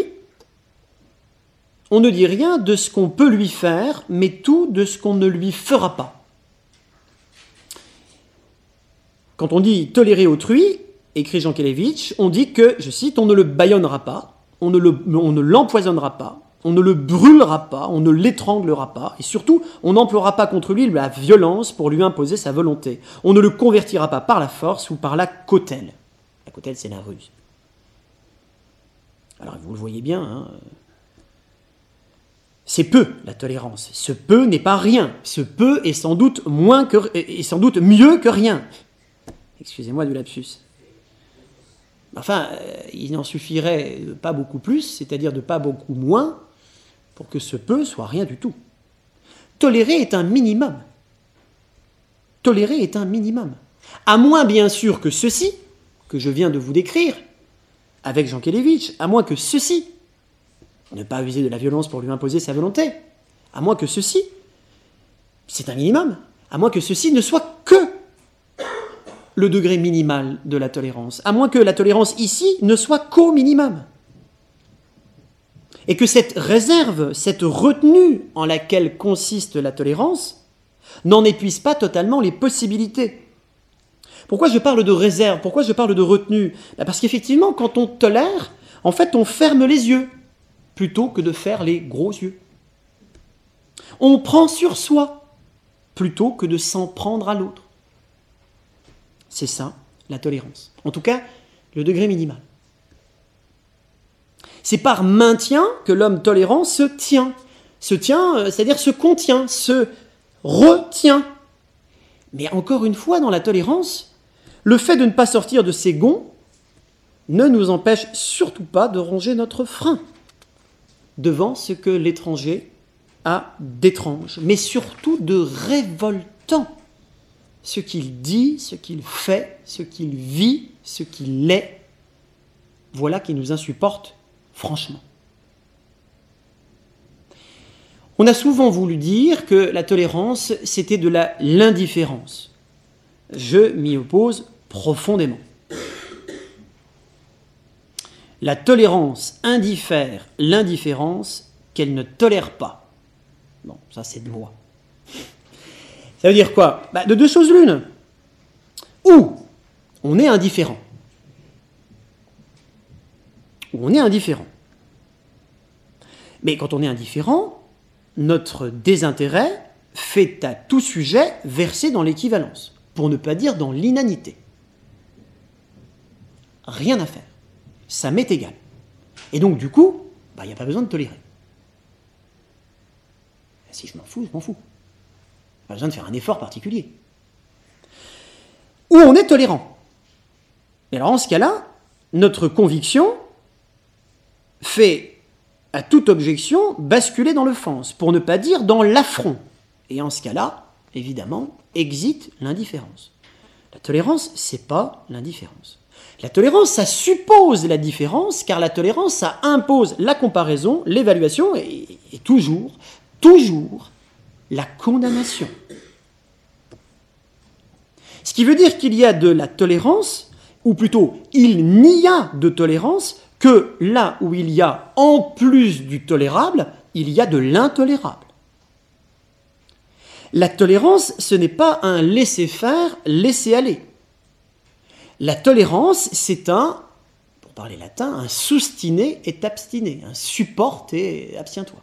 Speaker 4: on ne dit rien de ce qu'on peut lui faire, mais tout de ce qu'on ne lui fera pas. Quand on dit tolérer autrui, écrit Jean Kelevitch, on dit que, je cite, on ne le bâillonnera pas, on ne, le, on ne l'empoisonnera pas, on ne le brûlera pas, on ne l'étranglera pas, et surtout, on n'emploiera pas contre lui la violence pour lui imposer sa volonté. On ne le convertira pas par la force ou par la cautèle. La cautèle, c'est la ruse. Alors, vous le voyez bien, hein, c'est peu, la tolérance. Ce peu n'est pas rien. Ce peu est sans doute, moins que, est sans doute mieux que rien. Excusez-moi du lapsus. Enfin, il n'en suffirait pas beaucoup plus, c'est-à-dire de pas beaucoup moins, pour que ce peu soit rien du tout. Tolérer est un minimum. Tolérer est un minimum. À moins, bien sûr, que ceci, que je viens de vous décrire, avec Jean Kelevitch, à moins que ceci, ne pas user de la violence pour lui imposer sa volonté, à moins que ceci, c'est un minimum, à moins que ceci ne soit que le degré minimal de la tolérance, à moins que la tolérance ici ne soit qu'au minimum. Et que cette réserve, cette retenue en laquelle consiste la tolérance, n'en épuise pas totalement les possibilités. Pourquoi je parle de réserve? Pourquoi je parle de retenue? Parce qu'effectivement, quand on tolère, en fait, on ferme les yeux, plutôt que de faire les gros yeux. On prend sur soi, plutôt que de s'en prendre à l'autre. C'est ça, la tolérance. En tout cas, le degré minimal. C'est par maintien que l'homme tolérant se tient. Se tient, c'est-à-dire se contient, se retient. Mais encore une fois, dans la tolérance, le fait de ne pas sortir de ses gonds ne nous empêche surtout pas de ronger notre frein devant ce que l'étranger a d'étrange, mais surtout de révoltant. Ce qu'il dit, ce qu'il fait, ce qu'il vit, ce qu'il est, voilà qui nous insupporte franchement. On a souvent voulu dire que la tolérance, c'était de la, l'indifférence. Je m'y oppose profondément. La tolérance indiffère l'indifférence qu'elle ne tolère pas. Bon, ça c'est de moi. Ça veut dire quoi? Bah, de deux choses l'une. Ou on est indifférent. Ou on est indifférent. Mais quand on est indifférent, notre désintérêt fait à tout sujet verser dans l'équivalence, pour ne pas dire dans l'inanité. Rien à faire. Ça m'est égal. Et donc, du coup, bah, il n'y a pas besoin de tolérer. Si je m'en fous, je m'en fous. Pas besoin de faire un effort particulier. Ou on est tolérant. Et alors, en ce cas-là, notre conviction fait, à toute objection, basculer dans l'offense, pour ne pas dire dans l'affront. Et en ce cas-là, évidemment, existe l'indifférence. La tolérance, c'est pas l'indifférence. La tolérance, ça suppose la différence, car la tolérance, ça impose la comparaison, l'évaluation, et, et toujours, toujours, la condamnation. Ce qui veut dire qu'il y a de la tolérance, ou plutôt, il n'y a de tolérance que là où il y a, en plus du tolérable, il y a de l'intolérable. La tolérance, ce n'est pas un laisser-faire, laisser-aller. La tolérance, c'est un, pour parler latin, un soustiner et t'abstiner, un supporte et abstiens-toi.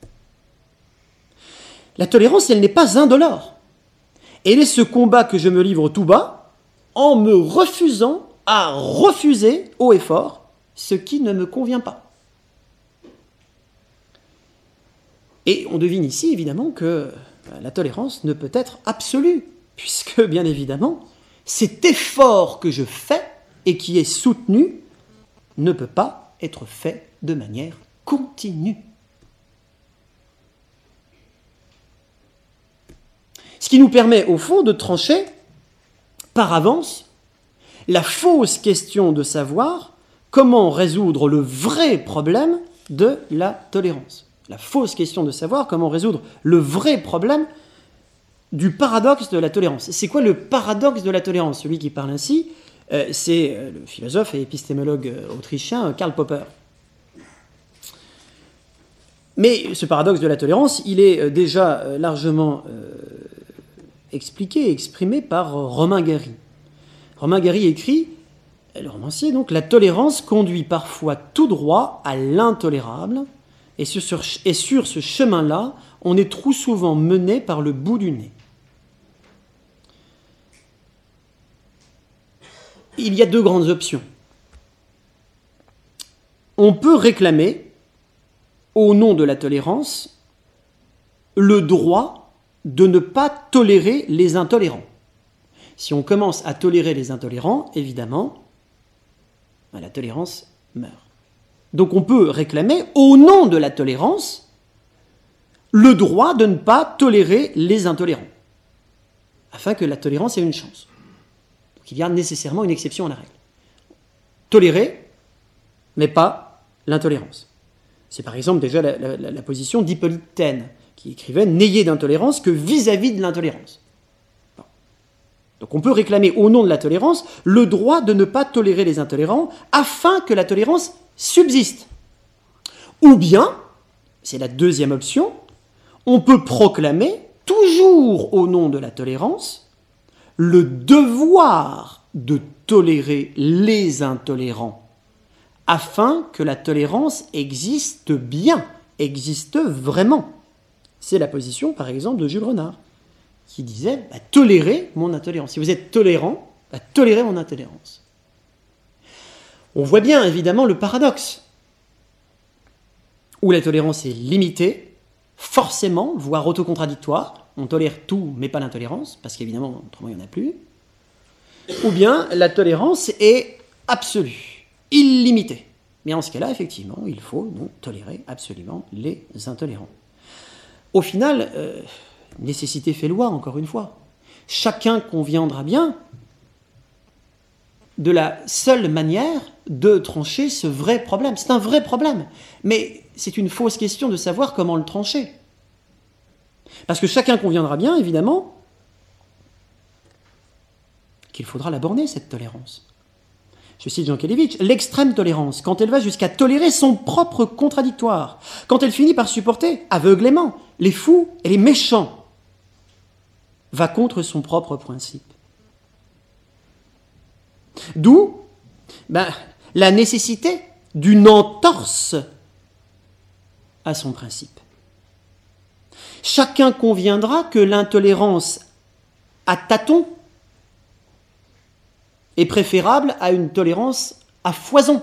Speaker 4: La tolérance, elle n'est pas indolore. Elle est ce combat que je me livre tout bas en me refusant à refuser haut et fort ce qui ne me convient pas. Et on devine ici, évidemment, que la tolérance ne peut être absolue, puisque, bien évidemment, cet effort que je fais et qui est soutenu ne peut pas être fait de manière continue. Ce qui nous permet, au fond, de trancher par avance la fausse question de savoir comment résoudre le vrai problème de la tolérance. La fausse question de savoir comment résoudre le vrai problème du paradoxe de la tolérance. C'est quoi le paradoxe de la tolérance? Celui qui parle ainsi, euh, c'est euh, le philosophe et épistémologue euh, autrichien euh, Karl Popper. Mais ce paradoxe de la tolérance, il est euh, déjà euh, largement euh, expliqué, exprimé par euh, Romain Gary. Romain Gary écrit, le romancier donc, la tolérance conduit parfois tout droit à l'intolérable, et sur, et sur ce chemin-là, on est trop souvent mené par le bout du nez. Il y a deux grandes options. On peut réclamer, au nom de la tolérance, le droit de ne pas tolérer les intolérants. Si on commence à tolérer les intolérants, évidemment, la tolérance meurt. Donc on peut réclamer, au nom de la tolérance, le droit de ne pas tolérer les intolérants, afin que la tolérance ait une chance. Donc il y a nécessairement une exception à la règle. Tolérer, mais pas l'intolérance. C'est par exemple déjà la, la, la position d'Hippolyte Taine, qui écrivait « N'ayez d'intolérance que vis-à-vis de l'intolérance ». Donc on peut réclamer au nom de la tolérance le droit de ne pas tolérer les intolérants afin que la tolérance subsiste. Ou bien, c'est la deuxième option, on peut proclamer, toujours au nom de la tolérance, le devoir de tolérer les intolérants afin que la tolérance existe bien, existe vraiment. C'est la position, par exemple, de Jules Renard, qui disait bah, « tolérez mon intolérance ». Si vous êtes tolérant, bah, tolérez mon intolérance. On voit bien, évidemment, le paradoxe, où la tolérance est limitée, forcément, voire autocontradictoire. On tolère tout, mais pas l'intolérance, parce qu'évidemment, autrement, il n'y en a plus. Ou bien, la tolérance est absolue, illimitée. Mais en ce cas-là, effectivement, il faut donc tolérer absolument les intolérants. Au final, euh, nécessité fait loi, encore une fois. Chacun conviendra bien de la seule manière de trancher ce vrai problème. C'est un vrai problème, mais c'est une fausse question de savoir comment le trancher. Parce que chacun conviendra bien, évidemment, qu'il faudra la borner, cette tolérance. Je cite Jankélévitch, « L'extrême tolérance, quand elle va jusqu'à tolérer son propre contradictoire, quand elle finit par supporter aveuglément les fous et les méchants, va contre son propre principe. » D'où ben, la nécessité d'une entorse à son principe. Chacun conviendra que l'intolérance à tâtons est préférable à une tolérance à foison.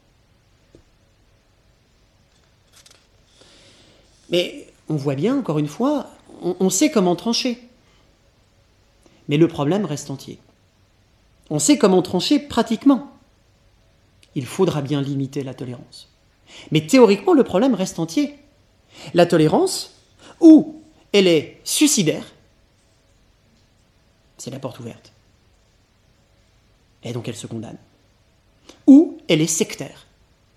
Speaker 4: Mais on voit bien, encore une fois, on, on sait comment trancher. Mais le problème reste entier. On sait comment trancher pratiquement. Il faudra bien limiter la tolérance. Mais théoriquement, le problème reste entier. La tolérance, ou elle est suicidaire, c'est la porte ouverte. Et donc elle se condamne. Ou elle est sectaire.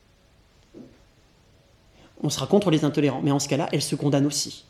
Speaker 4: On sera contre les intolérants, mais en ce cas-là, elle se condamne aussi.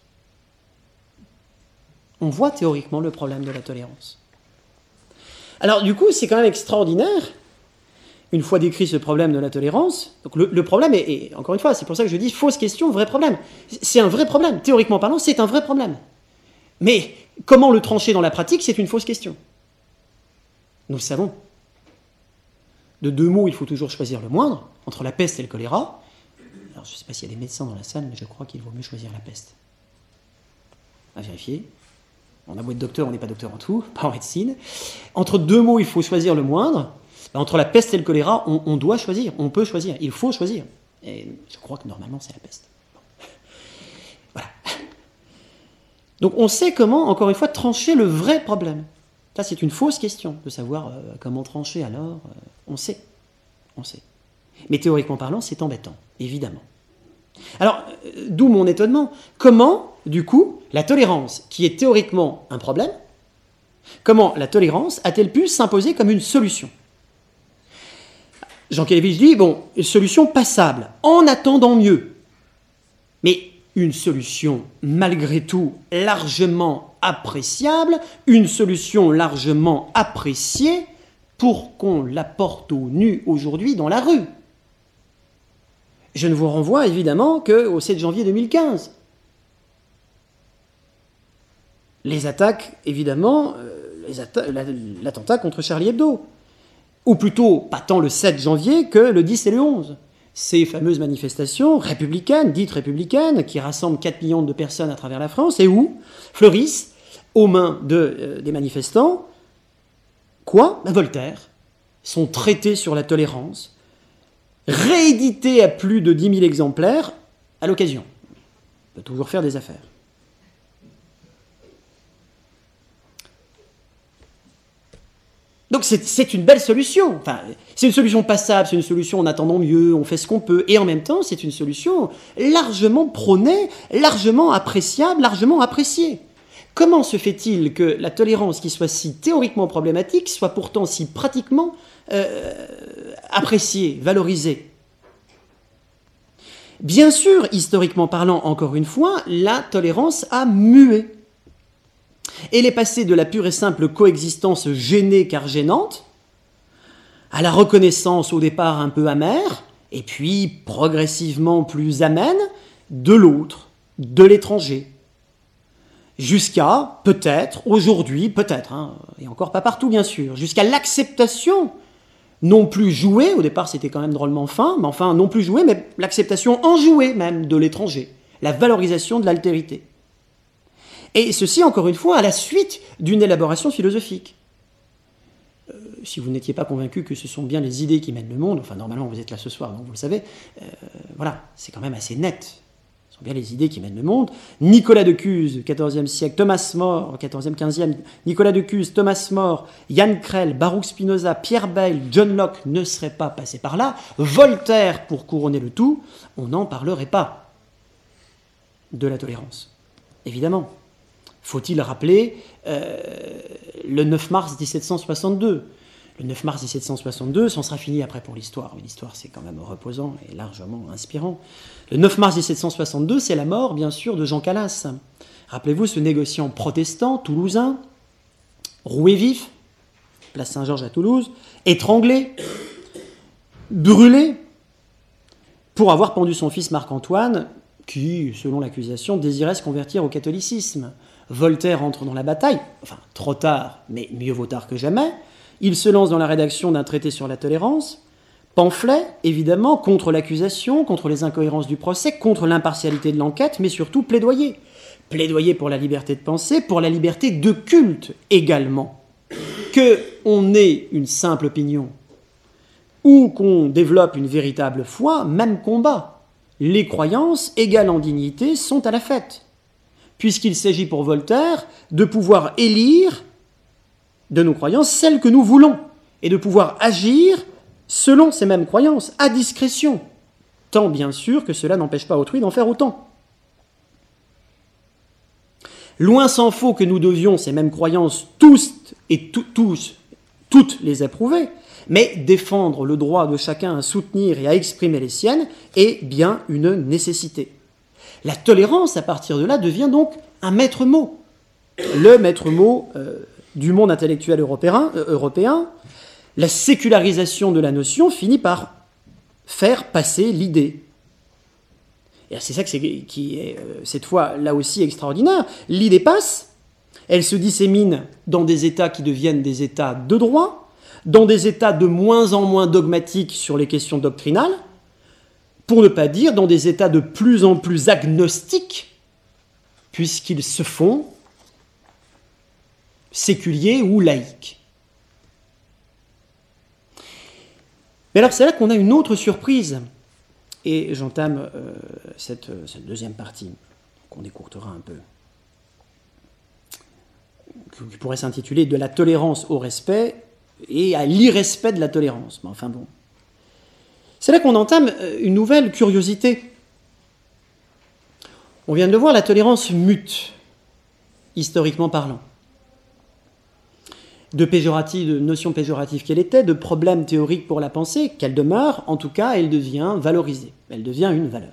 Speaker 4: On voit théoriquement le problème de la tolérance. Alors du coup, c'est quand même extraordinaire, une fois décrit ce problème de la tolérance. Donc le, le problème est, est, encore une fois, c'est pour ça que je dis fausse question, vrai problème. C'est un vrai problème, théoriquement parlant, c'est un vrai problème. Mais comment le trancher dans la pratique, c'est une fausse question. Nous le savons. De deux mots, il faut toujours choisir le moindre, entre la peste et le choléra. Alors je ne sais pas s'il y a des médecins dans la salle, mais je crois qu'il vaut mieux choisir la peste. À vérifier. On a beau être docteur, on n'est pas docteur en tout, pas en médecine. Entre deux mots, il faut choisir le moindre. Entre la peste et le choléra, on, on doit choisir, on peut choisir, il faut choisir. Et je crois que normalement, c'est la peste. Voilà. Donc on sait comment, encore une fois, trancher le vrai problème. Ça, c'est une fausse question de savoir euh, comment trancher alors. Euh, on sait. On sait. Mais théoriquement parlant, c'est embêtant, évidemment. Alors, euh, d'où mon étonnement. Comment, du coup, la tolérance, qui est théoriquement un problème, comment la tolérance a-t-elle pu s'imposer comme une solution ? Jankélévitch dit, bon, une solution passable, en attendant mieux. Mais une solution, malgré tout, largement appréciable, une solution largement appréciée pour qu'on la porte au nu aujourd'hui dans la rue. Je ne vous renvoie évidemment qu'au sept janvier deux mille quinze. Les attaques, évidemment, euh, les atta- l'attentat contre Charlie Hebdo. Ou plutôt, pas tant le sept janvier que le dix et le onze. Ces fameuses manifestations républicaines, dites républicaines, qui rassemblent quatre millions de personnes à travers la France, et où fleurissent, aux mains de, euh, des manifestants, quoi ? Ben Voltaire, son traité sur la tolérance, réédité à plus de dix mille exemplaires à l'occasion. On peut toujours faire des affaires. Donc c'est, c'est une belle solution. Enfin, c'est une solution passable, c'est une solution en attendant mieux, on fait ce qu'on peut. Et en même temps, c'est une solution largement prônée, largement appréciable, largement appréciée. Comment se fait-il que la tolérance, qui soit si théoriquement problématique, soit pourtant si pratiquement euh, appréciée, valorisée ? Bien sûr, historiquement parlant, encore une fois, la tolérance a mué. Elle est passée de la pure et simple coexistence gênée car gênante, à la reconnaissance au départ un peu amère, et puis progressivement plus amène, de l'autre, de l'étranger. Jusqu'à, peut-être, aujourd'hui, peut-être, hein, et encore pas partout bien sûr, jusqu'à l'acceptation, non plus jouée, au départ c'était quand même drôlement fin, mais enfin non plus jouée, mais l'acceptation enjouée même de l'étranger, la valorisation de l'altérité. Et ceci, encore une fois, à la suite d'une élaboration philosophique. Euh, si vous n'étiez pas convaincu que ce sont bien les idées qui mènent le monde, enfin normalement vous êtes là ce soir, donc vous le savez, euh, voilà, c'est quand même assez net. Ce sont bien les idées qui mènent le monde. Nicolas de Cuse, quatorzième siècle, Thomas More, quatorzième, quinzième, Nicolas de Cuse, Thomas More, Yann Krell, Baruch Spinoza, Pierre Bayle, John Locke ne seraient pas passés par là. Voltaire, pour couronner le tout, on n'en parlerait pas de la tolérance. Évidemment. Faut-il rappeler euh, le neuf mars dix-sept cent soixante-deux. Le neuf mars dix-sept cent soixante-deux, ça en sera fini après pour l'histoire. Mais l'histoire, c'est quand même reposant et largement inspirant. Le neuf mars dix-sept cent soixante-deux, c'est la mort, bien sûr, de Jean Calas. Rappelez-vous ce négociant protestant, toulousain, roué vif, place Saint-Georges à Toulouse, étranglé, brûlé, pour avoir pendu son fils Marc-Antoine, qui, selon l'accusation, désirait se convertir au catholicisme. Voltaire entre dans la bataille, enfin trop tard, mais mieux vaut tard que jamais. Il se lance dans la rédaction d'un traité sur la tolérance, pamphlet, évidemment, contre l'accusation, contre les incohérences du procès, contre l'impartialité de l'enquête, mais surtout plaidoyer. Plaidoyer pour la liberté de pensée, pour la liberté de culte également. Qu'on ait une simple opinion ou qu'on développe une véritable foi, même combat. Les croyances, égales en dignité, sont à la fête. Puisqu'il s'agit pour Voltaire de pouvoir élire de nos croyances celles que nous voulons, et de pouvoir agir selon ces mêmes croyances, à discrétion, tant bien sûr que cela n'empêche pas autrui d'en faire autant. Loin s'en faut que nous devions ces mêmes croyances tous et tout, tous, toutes les approuver, mais défendre le droit de chacun à soutenir et à exprimer les siennes est bien une nécessité. La tolérance, à partir de là, devient donc un maître mot. Le maître mot euh, du monde intellectuel européen, euh, européen, la sécularisation de la notion finit par faire passer l'idée. Et c'est ça que c'est, qui est, euh, cette fois, là aussi, extraordinaire. L'idée passe, elle se dissémine dans des États qui deviennent des États de droit, dans des États de moins en moins dogmatiques sur les questions doctrinales, pour ne pas dire dans des États de plus en plus agnostiques, puisqu'ils se font séculiers ou laïques. Mais alors c'est là qu'on a une autre surprise, et j'entame euh, cette, cette deuxième partie, qu'on écourtera un peu, qui pourrait s'intituler « De la tolérance au respect et à l'irrespect de la tolérance ». Mais enfin bon. C'est là qu'on entame une nouvelle curiosité. On vient de le voir, la tolérance mute, historiquement parlant. De péjorative, de notion péjorative qu'elle était, de problème théorique pour la pensée, qu'elle demeure, en tout cas, elle devient valorisée. Elle devient une valeur.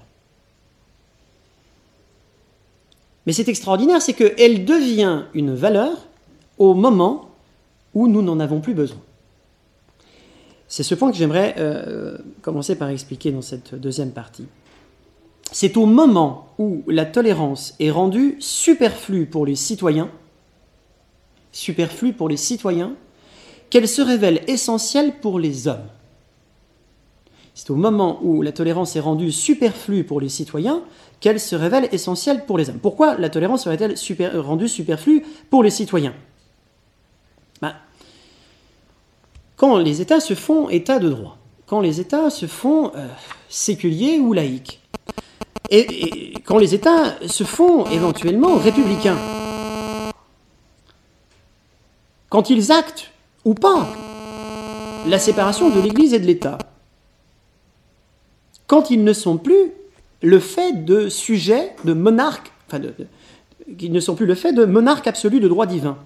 Speaker 4: Mais c'est extraordinaire, c'est qu'elle devient une valeur au moment où nous n'en avons plus besoin. C'est ce point que j'aimerais euh, commencer par expliquer dans cette deuxième partie. C'est au moment où la tolérance est rendue superflue pour les citoyens, superflue pour les citoyens, qu'elle se révèle essentielle pour les hommes. C'est au moment où la tolérance est rendue superflue pour les citoyens qu'elle se révèle essentielle pour les hommes. Pourquoi la tolérance serait-elle super, rendue superflue pour les citoyens ? Ben, quand les États se font États de droit, quand les États se font euh, séculiers ou laïques, et, et quand les États se font éventuellement républicains, quand ils actent ou pas la séparation de l'Église et de l'État, quand ils ne sont plus le fait de sujets, de monarques, enfin, de, de, qu'ils ne sont plus le fait de monarques absolus de droit divin,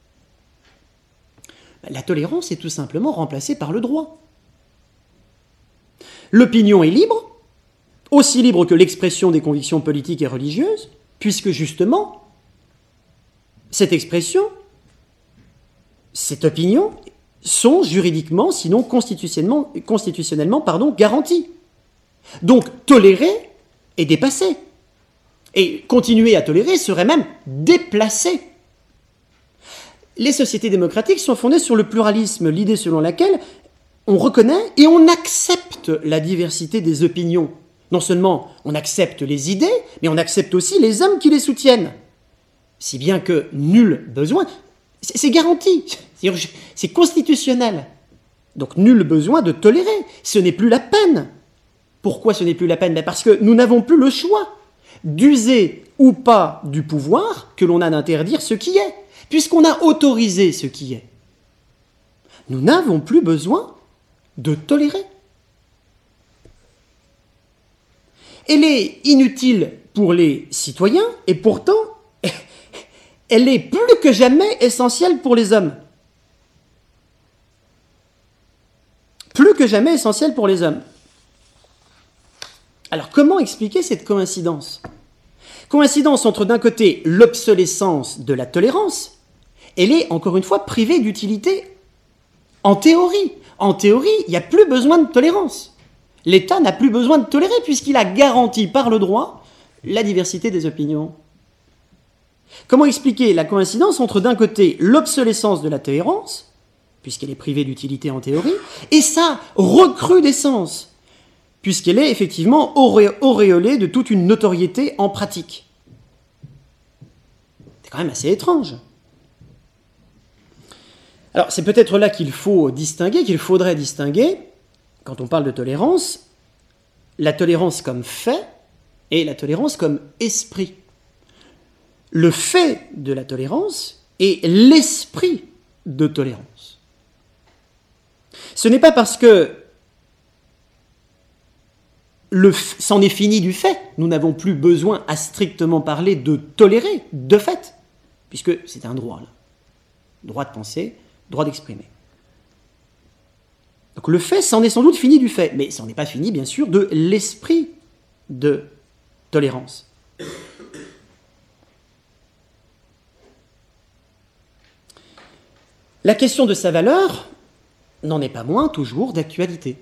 Speaker 4: la tolérance est tout simplement remplacée par le droit. L'opinion est libre, aussi libre que l'expression des convictions politiques et religieuses, puisque justement, cette expression, cette opinion, sont juridiquement, sinon constitutionnellement, constitutionnellement pardon, garanties. Donc, tolérer est dépassé. Et continuer à tolérer serait même déplacé. Les sociétés démocratiques sont fondées sur le pluralisme, l'idée selon laquelle on reconnaît et on accepte la diversité des opinions. Non seulement on accepte les idées, mais on accepte aussi les hommes qui les soutiennent. Si bien que nul besoin, c'est garanti, c'est constitutionnel. Donc nul besoin de tolérer, ce n'est plus la peine. Pourquoi ce n'est plus la peine? Ben parce que nous n'avons plus le choix d'user ou pas du pouvoir que l'on a d'interdire ce qui est, puisqu'on a autorisé ce qui est. Nous n'avons plus besoin de tolérer. Elle est inutile pour les citoyens et pourtant, elle est plus que jamais essentielle pour les hommes. Plus que jamais essentielle pour les hommes. Alors, comment expliquer cette coïncidence? Coïncidence entre, d'un côté, l'obsolescence de la tolérance. Elle est, encore une fois, privée d'utilité en théorie. En théorie, il n'y a plus besoin de tolérance. L'État n'a plus besoin de tolérer puisqu'il a garanti par le droit la diversité des opinions. Comment expliquer la coïncidence entre, d'un côté, l'obsolescence de la tolérance, puisqu'elle est privée d'utilité en théorie, et sa recrudescence, puisqu'elle est effectivement auréolée auréolée de toute une notoriété en pratique. C'est quand même assez étrange. Alors, c'est peut-être là qu'il faut distinguer, qu'il faudrait distinguer, quand on parle de tolérance, la tolérance comme fait et la tolérance comme esprit. Le fait de la tolérance et l'esprit de tolérance. Ce n'est pas parce que le f- c'en est fini du fait, nous n'avons plus besoin à strictement parler de tolérer, de fait, puisque c'est un droit, là. Droit de penser, droit d'exprimer. Donc le fait, c'en est sans doute fini du fait, mais c'en est pas fini, bien sûr, de l'esprit de tolérance. La question de sa valeur n'en est pas moins toujours d'actualité.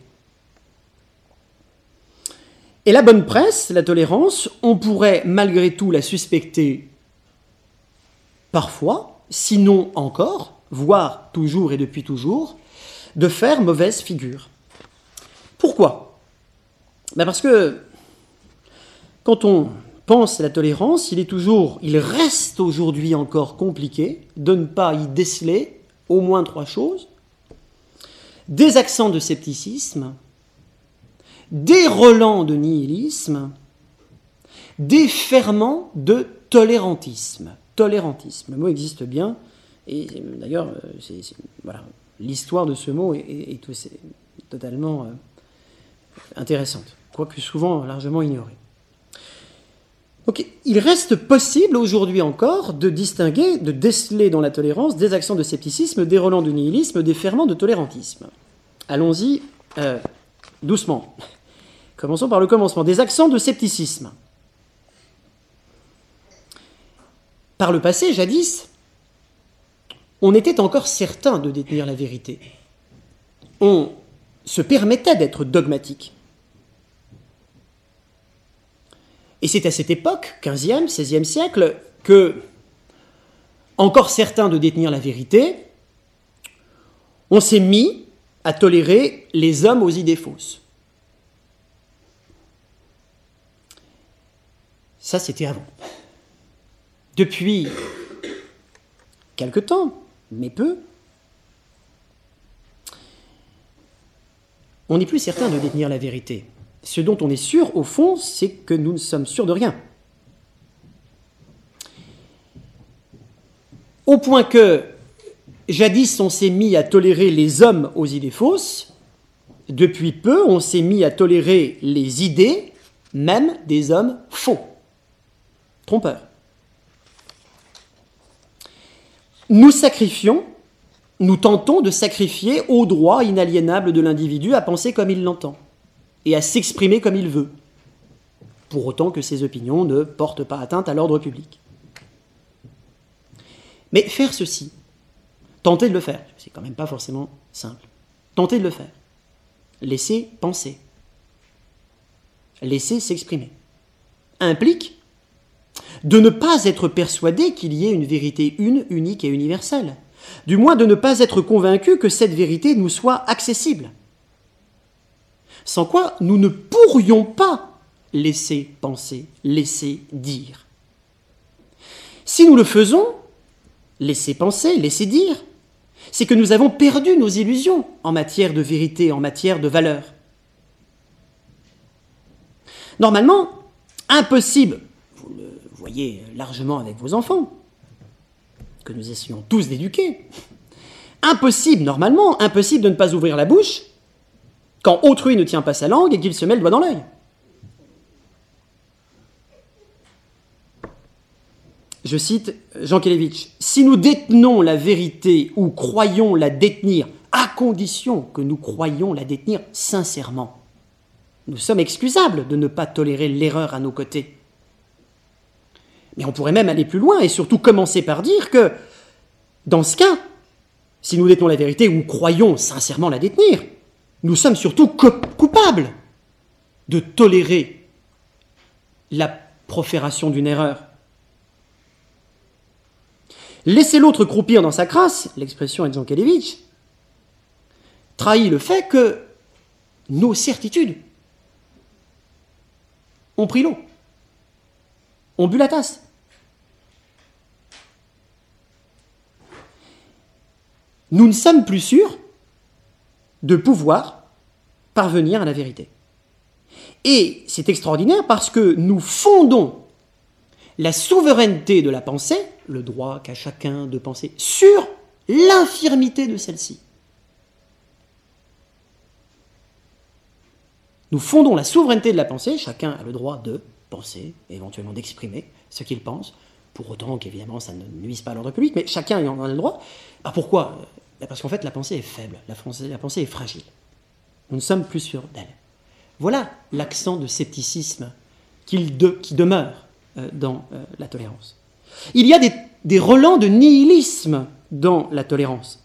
Speaker 4: Et la bonne presse, la tolérance, on pourrait malgré tout la suspecter parfois, sinon encore, voire toujours et depuis toujours, de faire mauvaise figure. Pourquoi? Ben parce que quand on pense à la tolérance, il est toujours, il reste aujourd'hui encore compliqué de ne pas y déceler au moins trois choses: des accents de scepticisme, des relents de nihilisme, des ferments de tolérantisme. Tolérantisme, le mot existe bien, et d'ailleurs, c'est, c'est, voilà, l'histoire de ce mot est, est, est, est totalement euh, intéressante, quoique souvent largement ignorée. Donc, il reste possible aujourd'hui encore de distinguer, de déceler dans la tolérance des accents de scepticisme, des relents de nihilisme, des ferments de tolérantisme. Allons-y euh, doucement. Commençons par le commencement. Des accents de scepticisme. Par le passé, jadis, on était encore certain de détenir la vérité. On se permettait d'être dogmatique. Et c'est à cette époque, quinzième, seizième siècle, que, encore certain de détenir la vérité, on s'est mis à tolérer les hommes aux idées fausses. Ça, c'était avant. Depuis quelque temps, mais peu, on n'est plus certain de détenir la vérité. Ce dont on est sûr, au fond, c'est que nous ne sommes sûrs de rien. Au point que, jadis, on s'est mis à tolérer les hommes aux idées fausses, depuis peu, on s'est mis à tolérer les idées, même des hommes faux, trompeurs. Nous sacrifions, nous tentons de sacrifier au droit inaliénable de l'individu à penser comme il l'entend et à s'exprimer comme il veut. pour autant que ces opinions ne portent pas atteinte à l'ordre public. Mais faire ceci, tenter de le faire, c'est quand même pas forcément simple, tenter de le faire, laisser penser, laisser s'exprimer, implique de ne pas être persuadé qu'il y ait une vérité une, unique et universelle, du moins de ne pas être convaincu que cette vérité nous soit accessible, sans quoi nous ne pourrions pas laisser penser, laisser dire. Si nous le faisons, laisser penser, laisser dire, c'est que nous avons perdu nos illusions en matière de vérité, en matière de valeur. Normalement, impossible, vous le voyez largement avec vos enfants, que nous essayons tous d'éduquer, impossible, normalement, impossible de ne pas ouvrir la bouche quand autrui ne tient pas sa langue et qu'il se met le doigt dans l'œil. Je cite Jean Kelevitch, « Si nous détenons la vérité ou croyons la détenir, à condition que nous croyons la détenir sincèrement, nous sommes excusables de ne pas tolérer l'erreur à nos côtés. » Mais on pourrait même aller plus loin et surtout commencer par dire que, dans ce cas, si nous détenons la vérité ou croyons sincèrement la détenir, nous sommes surtout coupables de tolérer la profération d'une erreur. Laisser l'autre croupir dans sa crasse, l'expression est de Jean Kelevitch, trahit le fait que nos certitudes ont pris l'eau, ont bu la tasse. Nous ne sommes plus sûrs de pouvoir parvenir à la vérité. Et c'est extraordinaire parce que nous fondons la souveraineté de la pensée, le droit qu'a chacun de penser, sur l'infirmité de celle-ci. Nous fondons la souveraineté de la pensée, chacun a le droit de penser, éventuellement d'exprimer ce qu'il pense, pour autant qu'évidemment ça ne nuise pas à l'ordre public, mais chacun en a le droit. Ah, pourquoi ? Parce qu'en fait la pensée est faible, la pensée, la pensée est fragile. Nous ne sommes plus sûrs d'elle. Voilà l'accent de scepticisme qu'il de, qui demeure euh, dans euh, la tolérance. Il y a des, des relents de nihilisme dans la tolérance.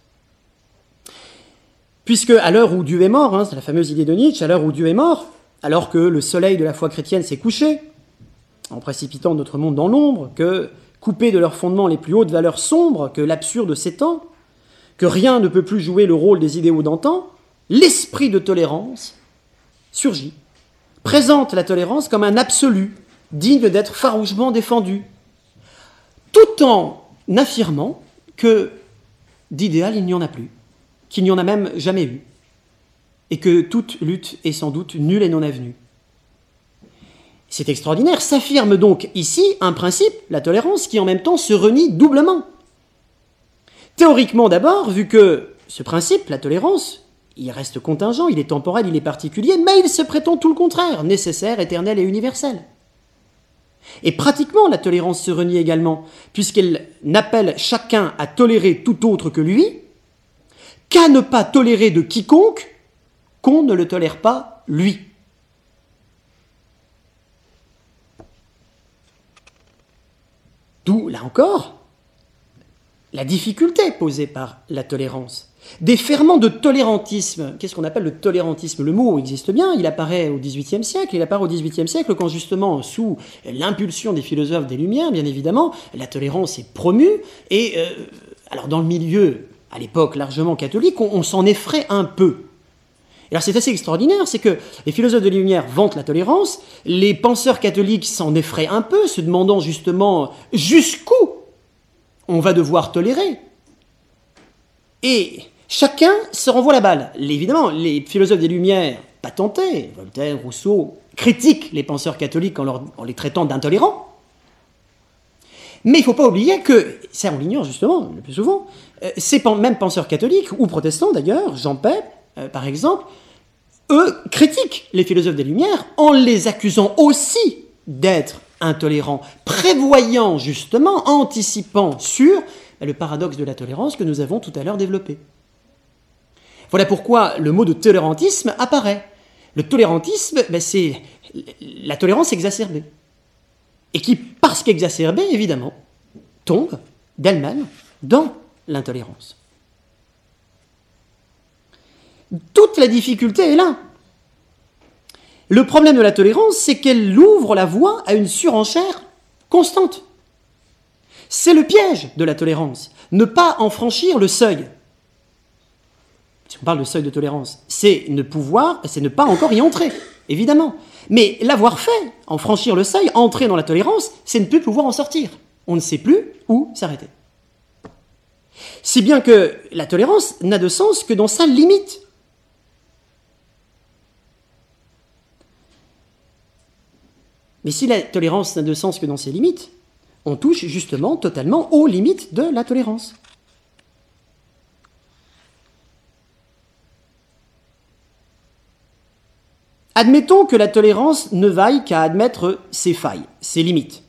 Speaker 4: Puisque à l'heure où Dieu est mort, hein, c'est la fameuse idée de Nietzsche, à l'heure où Dieu est mort, alors que le soleil de la foi chrétienne s'est couché, en précipitant notre monde dans l'ombre, que, coupés de leurs fondements les plus hautes valeurs sombres, que l'absurde s'étend, que rien ne peut plus jouer le rôle des idéaux d'antan, l'esprit de tolérance surgit, présente la tolérance comme un absolu, digne d'être farouchement défendu, tout en affirmant que d'idéal il n'y en a plus, qu'il n'y en a même jamais eu, et que toute lutte est sans doute nulle et non avenue. C'est extraordinaire, s'affirme donc ici un principe, la tolérance, qui en même temps se renie doublement. Théoriquement d'abord, vu que ce principe, la tolérance, il reste contingent, il est temporel, il est particulier, mais il se prétend tout le contraire, nécessaire, éternel et universel. Et pratiquement, la tolérance se renie également, puisqu'elle n'appelle chacun à tolérer tout autre que lui, qu'à ne pas tolérer de quiconque qu'on ne le tolère pas lui. D'où, là encore, la difficulté posée par la tolérance. Des ferments de tolérantisme. Qu'est-ce qu'on appelle le tolérantisme ? Le mot existe bien, il apparaît au dix-huitième siècle. Il apparaît au dix-huitième siècle quand justement, sous l'impulsion des philosophes des Lumières, bien évidemment, la tolérance est promue. Et euh, alors dans le milieu, à l'époque largement catholique, on, on s'en effraie un peu. Et alors c'est assez extraordinaire, c'est que les philosophes des Lumières vantent la tolérance, les penseurs catholiques s'en effraient un peu, se demandant justement jusqu'où on va devoir tolérer. Et chacun se renvoie la balle. Évidemment, les philosophes des Lumières, patentés, Voltaire, Rousseau, critiquent les penseurs catholiques en, leur, en les traitant d'intolérants. Mais il ne faut pas oublier que, ça on l'ignore justement le plus souvent, euh, ces mêmes penseurs catholiques, ou protestants d'ailleurs, Jean Pape, euh, par exemple, eux critiquent les philosophes des Lumières en les accusant aussi d'être intolérants, prévoyant justement, anticipant sur le paradoxe de la tolérance que nous avons tout à l'heure développé. Voilà pourquoi le mot de tolérantisme apparaît. Le tolérantisme, ben c'est la tolérance exacerbée. Et qui, parce qu'exacerbée, évidemment, tombe d'elle-même dans l'intolérance. Toute la difficulté est là. Le problème de la tolérance, c'est qu'elle ouvre la voie à une surenchère constante. C'est le piège de la tolérance. Ne pas en franchir le seuil. Si on parle de seuil de tolérance, c'est ne pouvoir, c'est ne pas encore y entrer, évidemment. Mais l'avoir fait, en franchir le seuil, entrer dans la tolérance, c'est ne plus pouvoir en sortir. On ne sait plus où s'arrêter. Si bien que la tolérance n'a de sens que dans sa limite. Mais si la tolérance n'a de sens que dans ses limites, on touche justement totalement aux limites de la tolérance. Admettons que la tolérance ne vaille qu'à admettre ses failles, ses limites.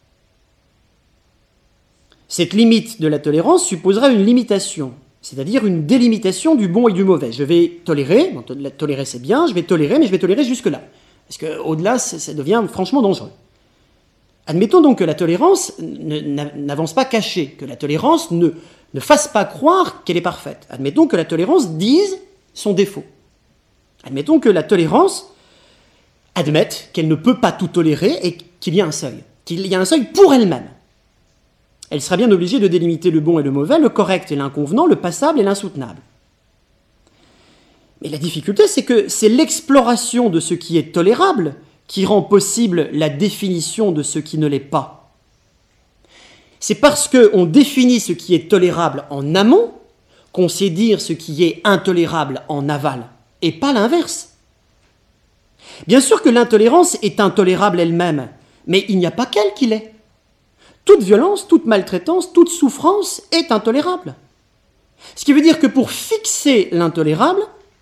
Speaker 4: Cette limite de la tolérance supposera une limitation, c'est-à-dire une délimitation du bon et du mauvais. Je vais tolérer, bon, tolérer c'est bien, je vais tolérer, mais je vais tolérer jusque-là. Parce qu'au-delà, ça devient franchement dangereux. Admettons donc que la tolérance n'avance pas cachée, que la tolérance ne, ne fasse pas croire qu'elle est parfaite. Admettons que la tolérance dise son défaut. Admettons que la tolérance admette qu'elle ne peut pas tout tolérer et qu'il y a un seuil, qu'il y a un seuil pour elle-même. Elle sera bien obligée de délimiter le bon et le mauvais, le correct et l'inconvenant, le passable et l'insoutenable. Mais la difficulté, c'est que c'est l'exploration de ce qui est tolérable qui rend possible la définition de ce qui ne l'est pas. C'est parce qu'on définit ce qui est tolérable en amont qu'on sait dire ce qui est intolérable en aval, et pas l'inverse. Bien sûr que l'intolérance est intolérable elle-même, mais il n'y a pas qu'elle qui l'est. Toute violence, toute maltraitance, toute souffrance est intolérable. Ce qui veut dire que pour fixer l'intolérable,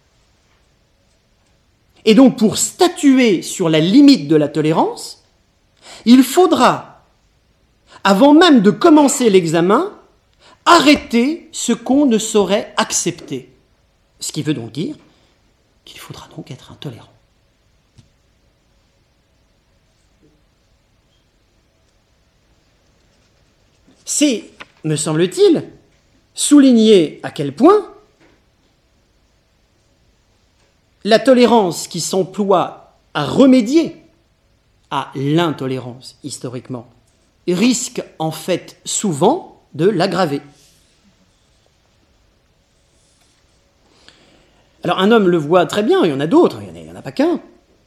Speaker 4: et donc pour statuer sur la limite de la tolérance, il faudra, avant même de commencer l'examen, arrêter ce qu'on ne saurait accepter. Ce qui veut donc dire qu'il faudra donc être intolérant. C'est, me semble-t-il, souligner à quel point la tolérance qui s'emploie à remédier à l'intolérance, historiquement, risque en fait souvent de l'aggraver. Alors un homme le voit très bien, il y en a d'autres, il n'y en, en a pas qu'un.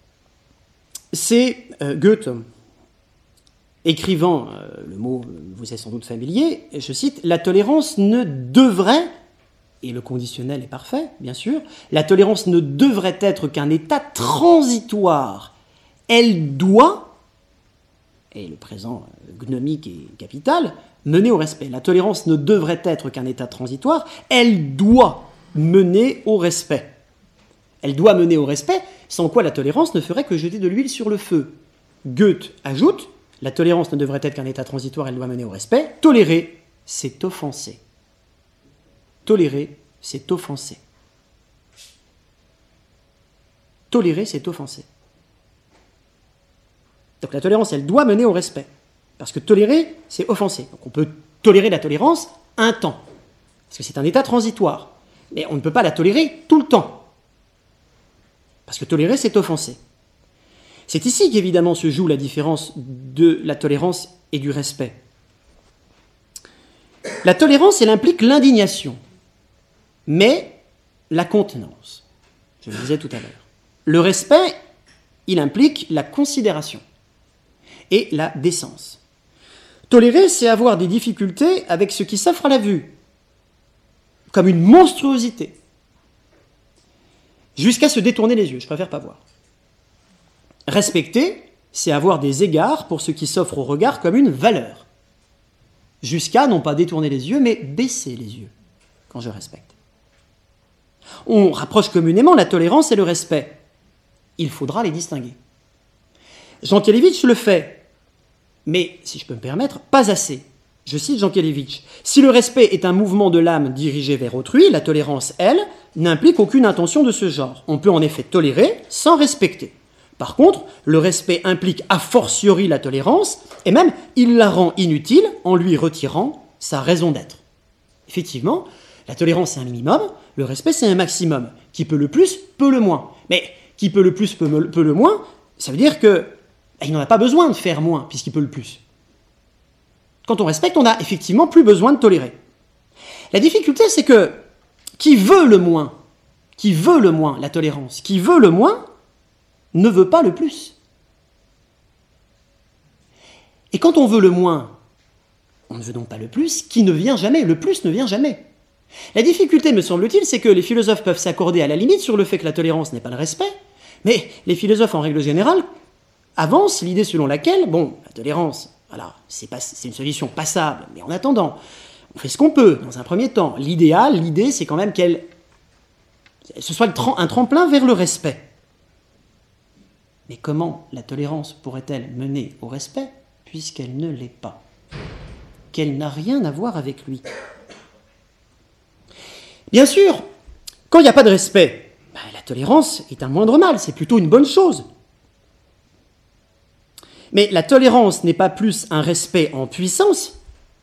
Speaker 4: C'est euh, Goethe, écrivant, euh, le mot vous est sans doute familier, je cite, « La tolérance ne devrait » et le conditionnel est parfait, bien sûr, la tolérance ne devrait être qu'un état transitoire. Elle doit, et le présent gnomique et capital, mener au respect. La tolérance ne devrait être qu'un état transitoire, elle doit mener au respect. Elle doit mener au respect, sans quoi la tolérance ne ferait que jeter de l'huile sur le feu. Goethe ajoute, la tolérance ne devrait être qu'un état transitoire, elle doit mener au respect. Tolérer, c'est offenser. Tolérer, c'est offenser. Tolérer, c'est offenser. Donc la tolérance, elle doit mener au respect. Parce que tolérer, c'est offenser. Donc on peut tolérer la tolérance un temps. Parce que c'est un état transitoire. Mais on ne peut pas la tolérer tout le temps. Parce que tolérer, c'est offenser. C'est ici qu'évidemment se joue la différence de la tolérance et du respect. La tolérance, elle implique l'indignation. Mais la contenance, je le disais tout à l'heure. Le respect, il implique la considération et la décence. Tolérer, c'est avoir des difficultés avec ce qui s'offre à la vue, comme une monstruosité, jusqu'à se détourner les yeux, je préfère pas voir. Respecter, c'est avoir des égards pour ce qui s'offre au regard comme une valeur, jusqu'à non pas détourner les yeux, mais baisser les yeux quand je respecte. On rapproche communément la tolérance et le respect. Il faudra les distinguer. Jankélévitch le fait, mais, si je peux me permettre, pas assez. Je cite Jankélévitch. « Si le respect est un mouvement de l'âme dirigé vers autrui, la tolérance, elle, n'implique aucune intention de ce genre. On peut en effet tolérer sans respecter. Par contre, le respect implique a fortiori la tolérance, et même il la rend inutile en lui retirant sa raison d'être. Effectivement, la tolérance c'est un minimum, le respect c'est un maximum. Qui peut le plus, peut le moins. Mais qui peut le plus, peut, me, peut le moins, ça veut dire que bah, il n'en a pas besoin de faire moins, puisqu'il peut le plus. Quand on respecte, on n'a effectivement plus besoin de tolérer. La difficulté, c'est que qui veut le moins, qui veut le moins, la tolérance, qui veut le moins, ne veut pas le plus. Et quand on veut le moins, on ne veut donc pas le plus, qui ne vient jamais, le plus ne vient jamais. La difficulté, me semble-t-il, c'est que les philosophes peuvent s'accorder à la limite sur le fait que la tolérance n'est pas le respect, mais les philosophes, en règle générale, avancent l'idée selon laquelle, bon, la tolérance, voilà, c'est, pas, c'est une solution passable, mais en attendant, on fait ce qu'on peut, dans un premier temps. L'idéal, l'idée, c'est quand même qu'elle, ce soit un tremplin vers le respect. Mais comment la tolérance pourrait-elle mener au respect, puisqu'elle ne l'est pas, qu'elle n'a rien à voir avec lui? Bien sûr, quand il n'y a pas de respect, ben, la tolérance est un moindre mal, c'est plutôt une bonne chose. Mais la tolérance n'est pas plus un respect en puissance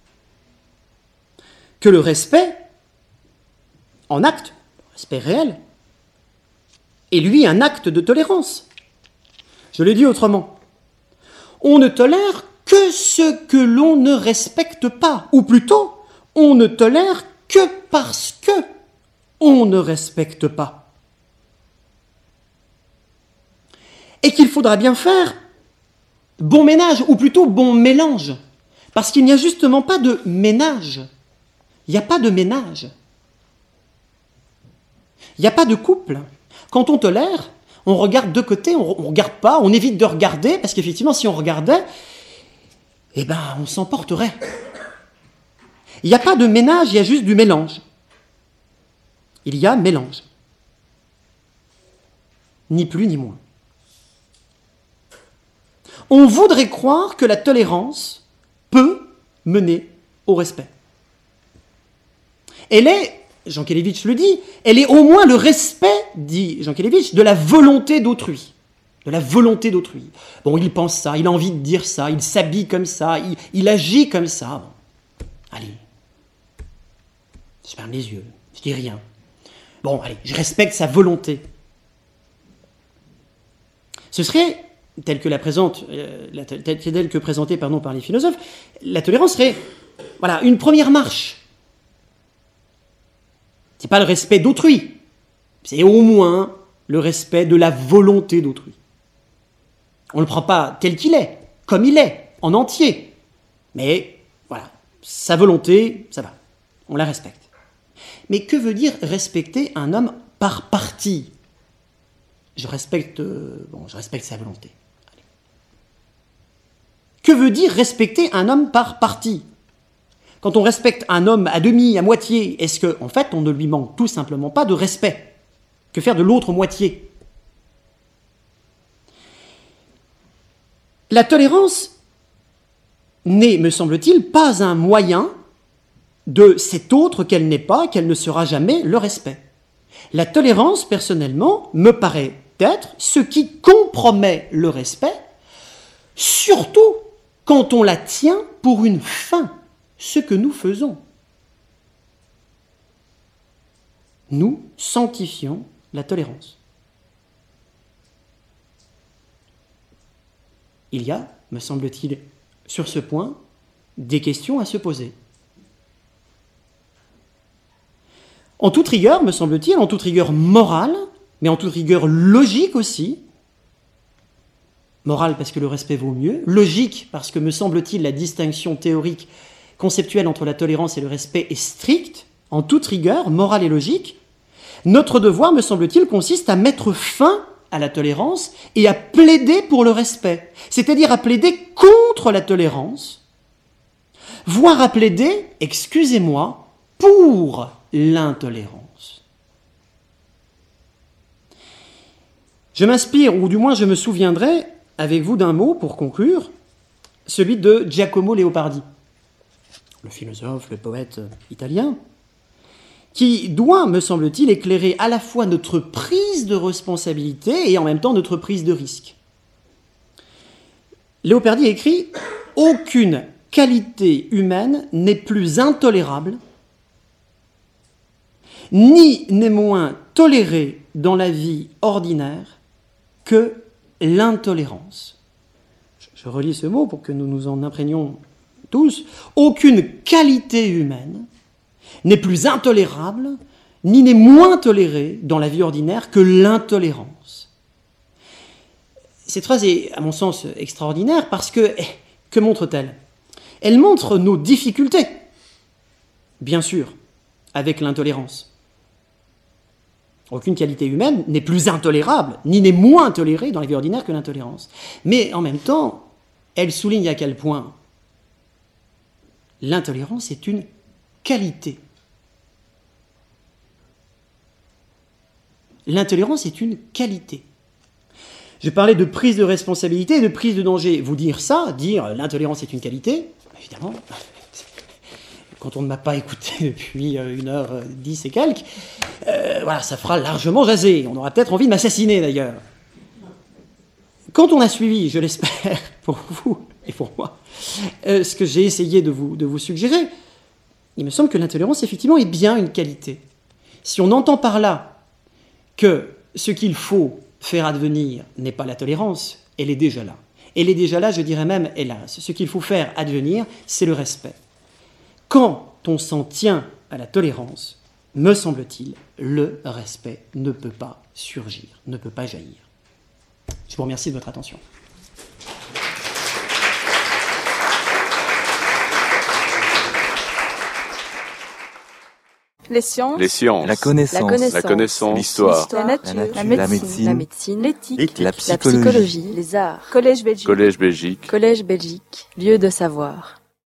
Speaker 4: que le respect en acte, respect réel, et lui un acte de tolérance. Je le dis autrement. On ne tolère que ce que l'on ne respecte pas, ou plutôt, on ne tolère que parce que on ne respecte pas. Et qu'il faudra bien faire bon ménage, ou plutôt bon mélange, parce qu'il n'y a justement pas de ménage. Il n'y a pas de ménage. Il n'y a pas de couple. Quand on tolère, on regarde de côté, on ne regarde pas, on évite de regarder, parce qu'effectivement, si on regardait, eh ben, on s'emporterait. Il n'y a pas de ménage, il y a juste du mélange. Il y a mélange. Ni plus ni moins. On voudrait croire que la tolérance peut mener au respect. Elle est, Jean Kelevitch le dit, elle est au moins le respect, dit Jean Kelevitch, de la volonté d'autrui. De la volonté d'autrui. Bon, il pense ça, il a envie de dire ça, il s'habille comme ça, il, il agit comme ça. Bon, allez, je ferme les yeux, je dis rien. Bon, allez, je respecte sa volonté. Ce serait, tel que la présente, euh, tel, tel que présenté pardon, par les philosophes, la tolérance serait, voilà, une première marche. C'est pas le respect d'autrui, c'est au moins le respect de la volonté d'autrui. On ne le prend pas tel qu'il est, comme il est, en entier. Mais voilà, sa volonté, ça va, on la respecte. Mais que veut dire respecter un homme par partie? Je respecte, euh, bon, je respecte sa volonté. Allez. Que veut dire respecter un homme par partie? Quand on respecte un homme à demi, à moitié, est-ce que, en fait, on ne lui manque tout simplement pas de respect? Que faire de l'autre moitié? La tolérance n'est, me semble-t-il, pas un moyen de cet autre qu'elle n'est pas, qu'elle ne sera jamais, le respect. La tolérance, personnellement, me paraît être ce qui compromet le respect, surtout quand on la tient pour une fin, ce que nous faisons. Nous sanctifions la tolérance. Il y a, me semble-t-il, sur ce point, des questions à se poser. En toute rigueur, me semble-t-il, en toute rigueur morale, mais en toute rigueur logique aussi, morale parce que le respect vaut mieux, logique parce que, me semble-t-il, la distinction théorique conceptuelle entre la tolérance et le respect est stricte, en toute rigueur, morale et logique, notre devoir, me semble-t-il, consiste à mettre fin à la tolérance et à plaider pour le respect, c'est-à-dire à plaider contre la tolérance, voire à plaider, excusez-moi, pour l'intolérance. Je m'inspire, ou du moins je me souviendrai, avec vous d'un mot pour conclure, celui de Giacomo Leopardi, le philosophe, le poète italien, qui doit, me semble-t-il, éclairer à la fois notre prise de responsabilité et en même temps notre prise de risque. Leopardi écrit « Aucune qualité humaine n'est plus intolérable, ni n'est moins tolérée dans la vie ordinaire que l'intolérance. » Je relis ce mot pour que nous nous en imprégnions tous. « Aucune qualité humaine n'est plus intolérable, ni n'est moins tolérée dans la vie ordinaire que l'intolérance. » Cette phrase est, à mon sens, extraordinaire parce que, que montre-t-elle ? Elle montre nos difficultés, bien sûr, avec l'intolérance. Aucune qualité humaine n'est plus intolérable, ni n'est moins tolérée dans la vie ordinaire que l'intolérance. Mais en même temps, elle souligne à quel point l'intolérance est une qualité. L'intolérance est une qualité. Je parlais de prise de responsabilité et de prise de danger. Vous dire ça, dire l'intolérance est une qualité, évidemment, quand on ne m'a pas écouté depuis une heure dix et quelques, euh, voilà, ça fera largement jaser. On aura peut-être envie de m'assassiner d'ailleurs. Quand on a suivi, je l'espère, pour vous et pour moi, euh, ce que j'ai essayé de vous, de vous suggérer, il me semble que l'intolérance, effectivement, est bien une qualité. Si on entend par là que ce qu'il faut faire advenir n'est pas la tolérance, elle est déjà là. Elle est déjà là, je dirais même, hélas. Ce qu'il faut faire advenir, c'est le respect. Quand on s'en tient à la tolérance, me semble-t-il, le respect ne peut pas surgir, ne peut pas jaillir. Je vous remercie de votre attention.
Speaker 1: Les sciences.
Speaker 2: Les sciences.
Speaker 3: La connaissance.
Speaker 1: La connaissance.
Speaker 2: La connaissance. L'histoire.
Speaker 1: La nature.
Speaker 3: La
Speaker 1: La
Speaker 3: nature.
Speaker 1: médecine.
Speaker 3: La
Speaker 1: La
Speaker 3: médecine.
Speaker 1: médecine. L'éthique.
Speaker 2: L'éthique.
Speaker 3: La
Speaker 1: La
Speaker 3: psychologie.
Speaker 1: psychologie. Les arts. Collège Belgique.
Speaker 2: Collège Belgique.
Speaker 1: Collège Belgique. Lieu de savoir.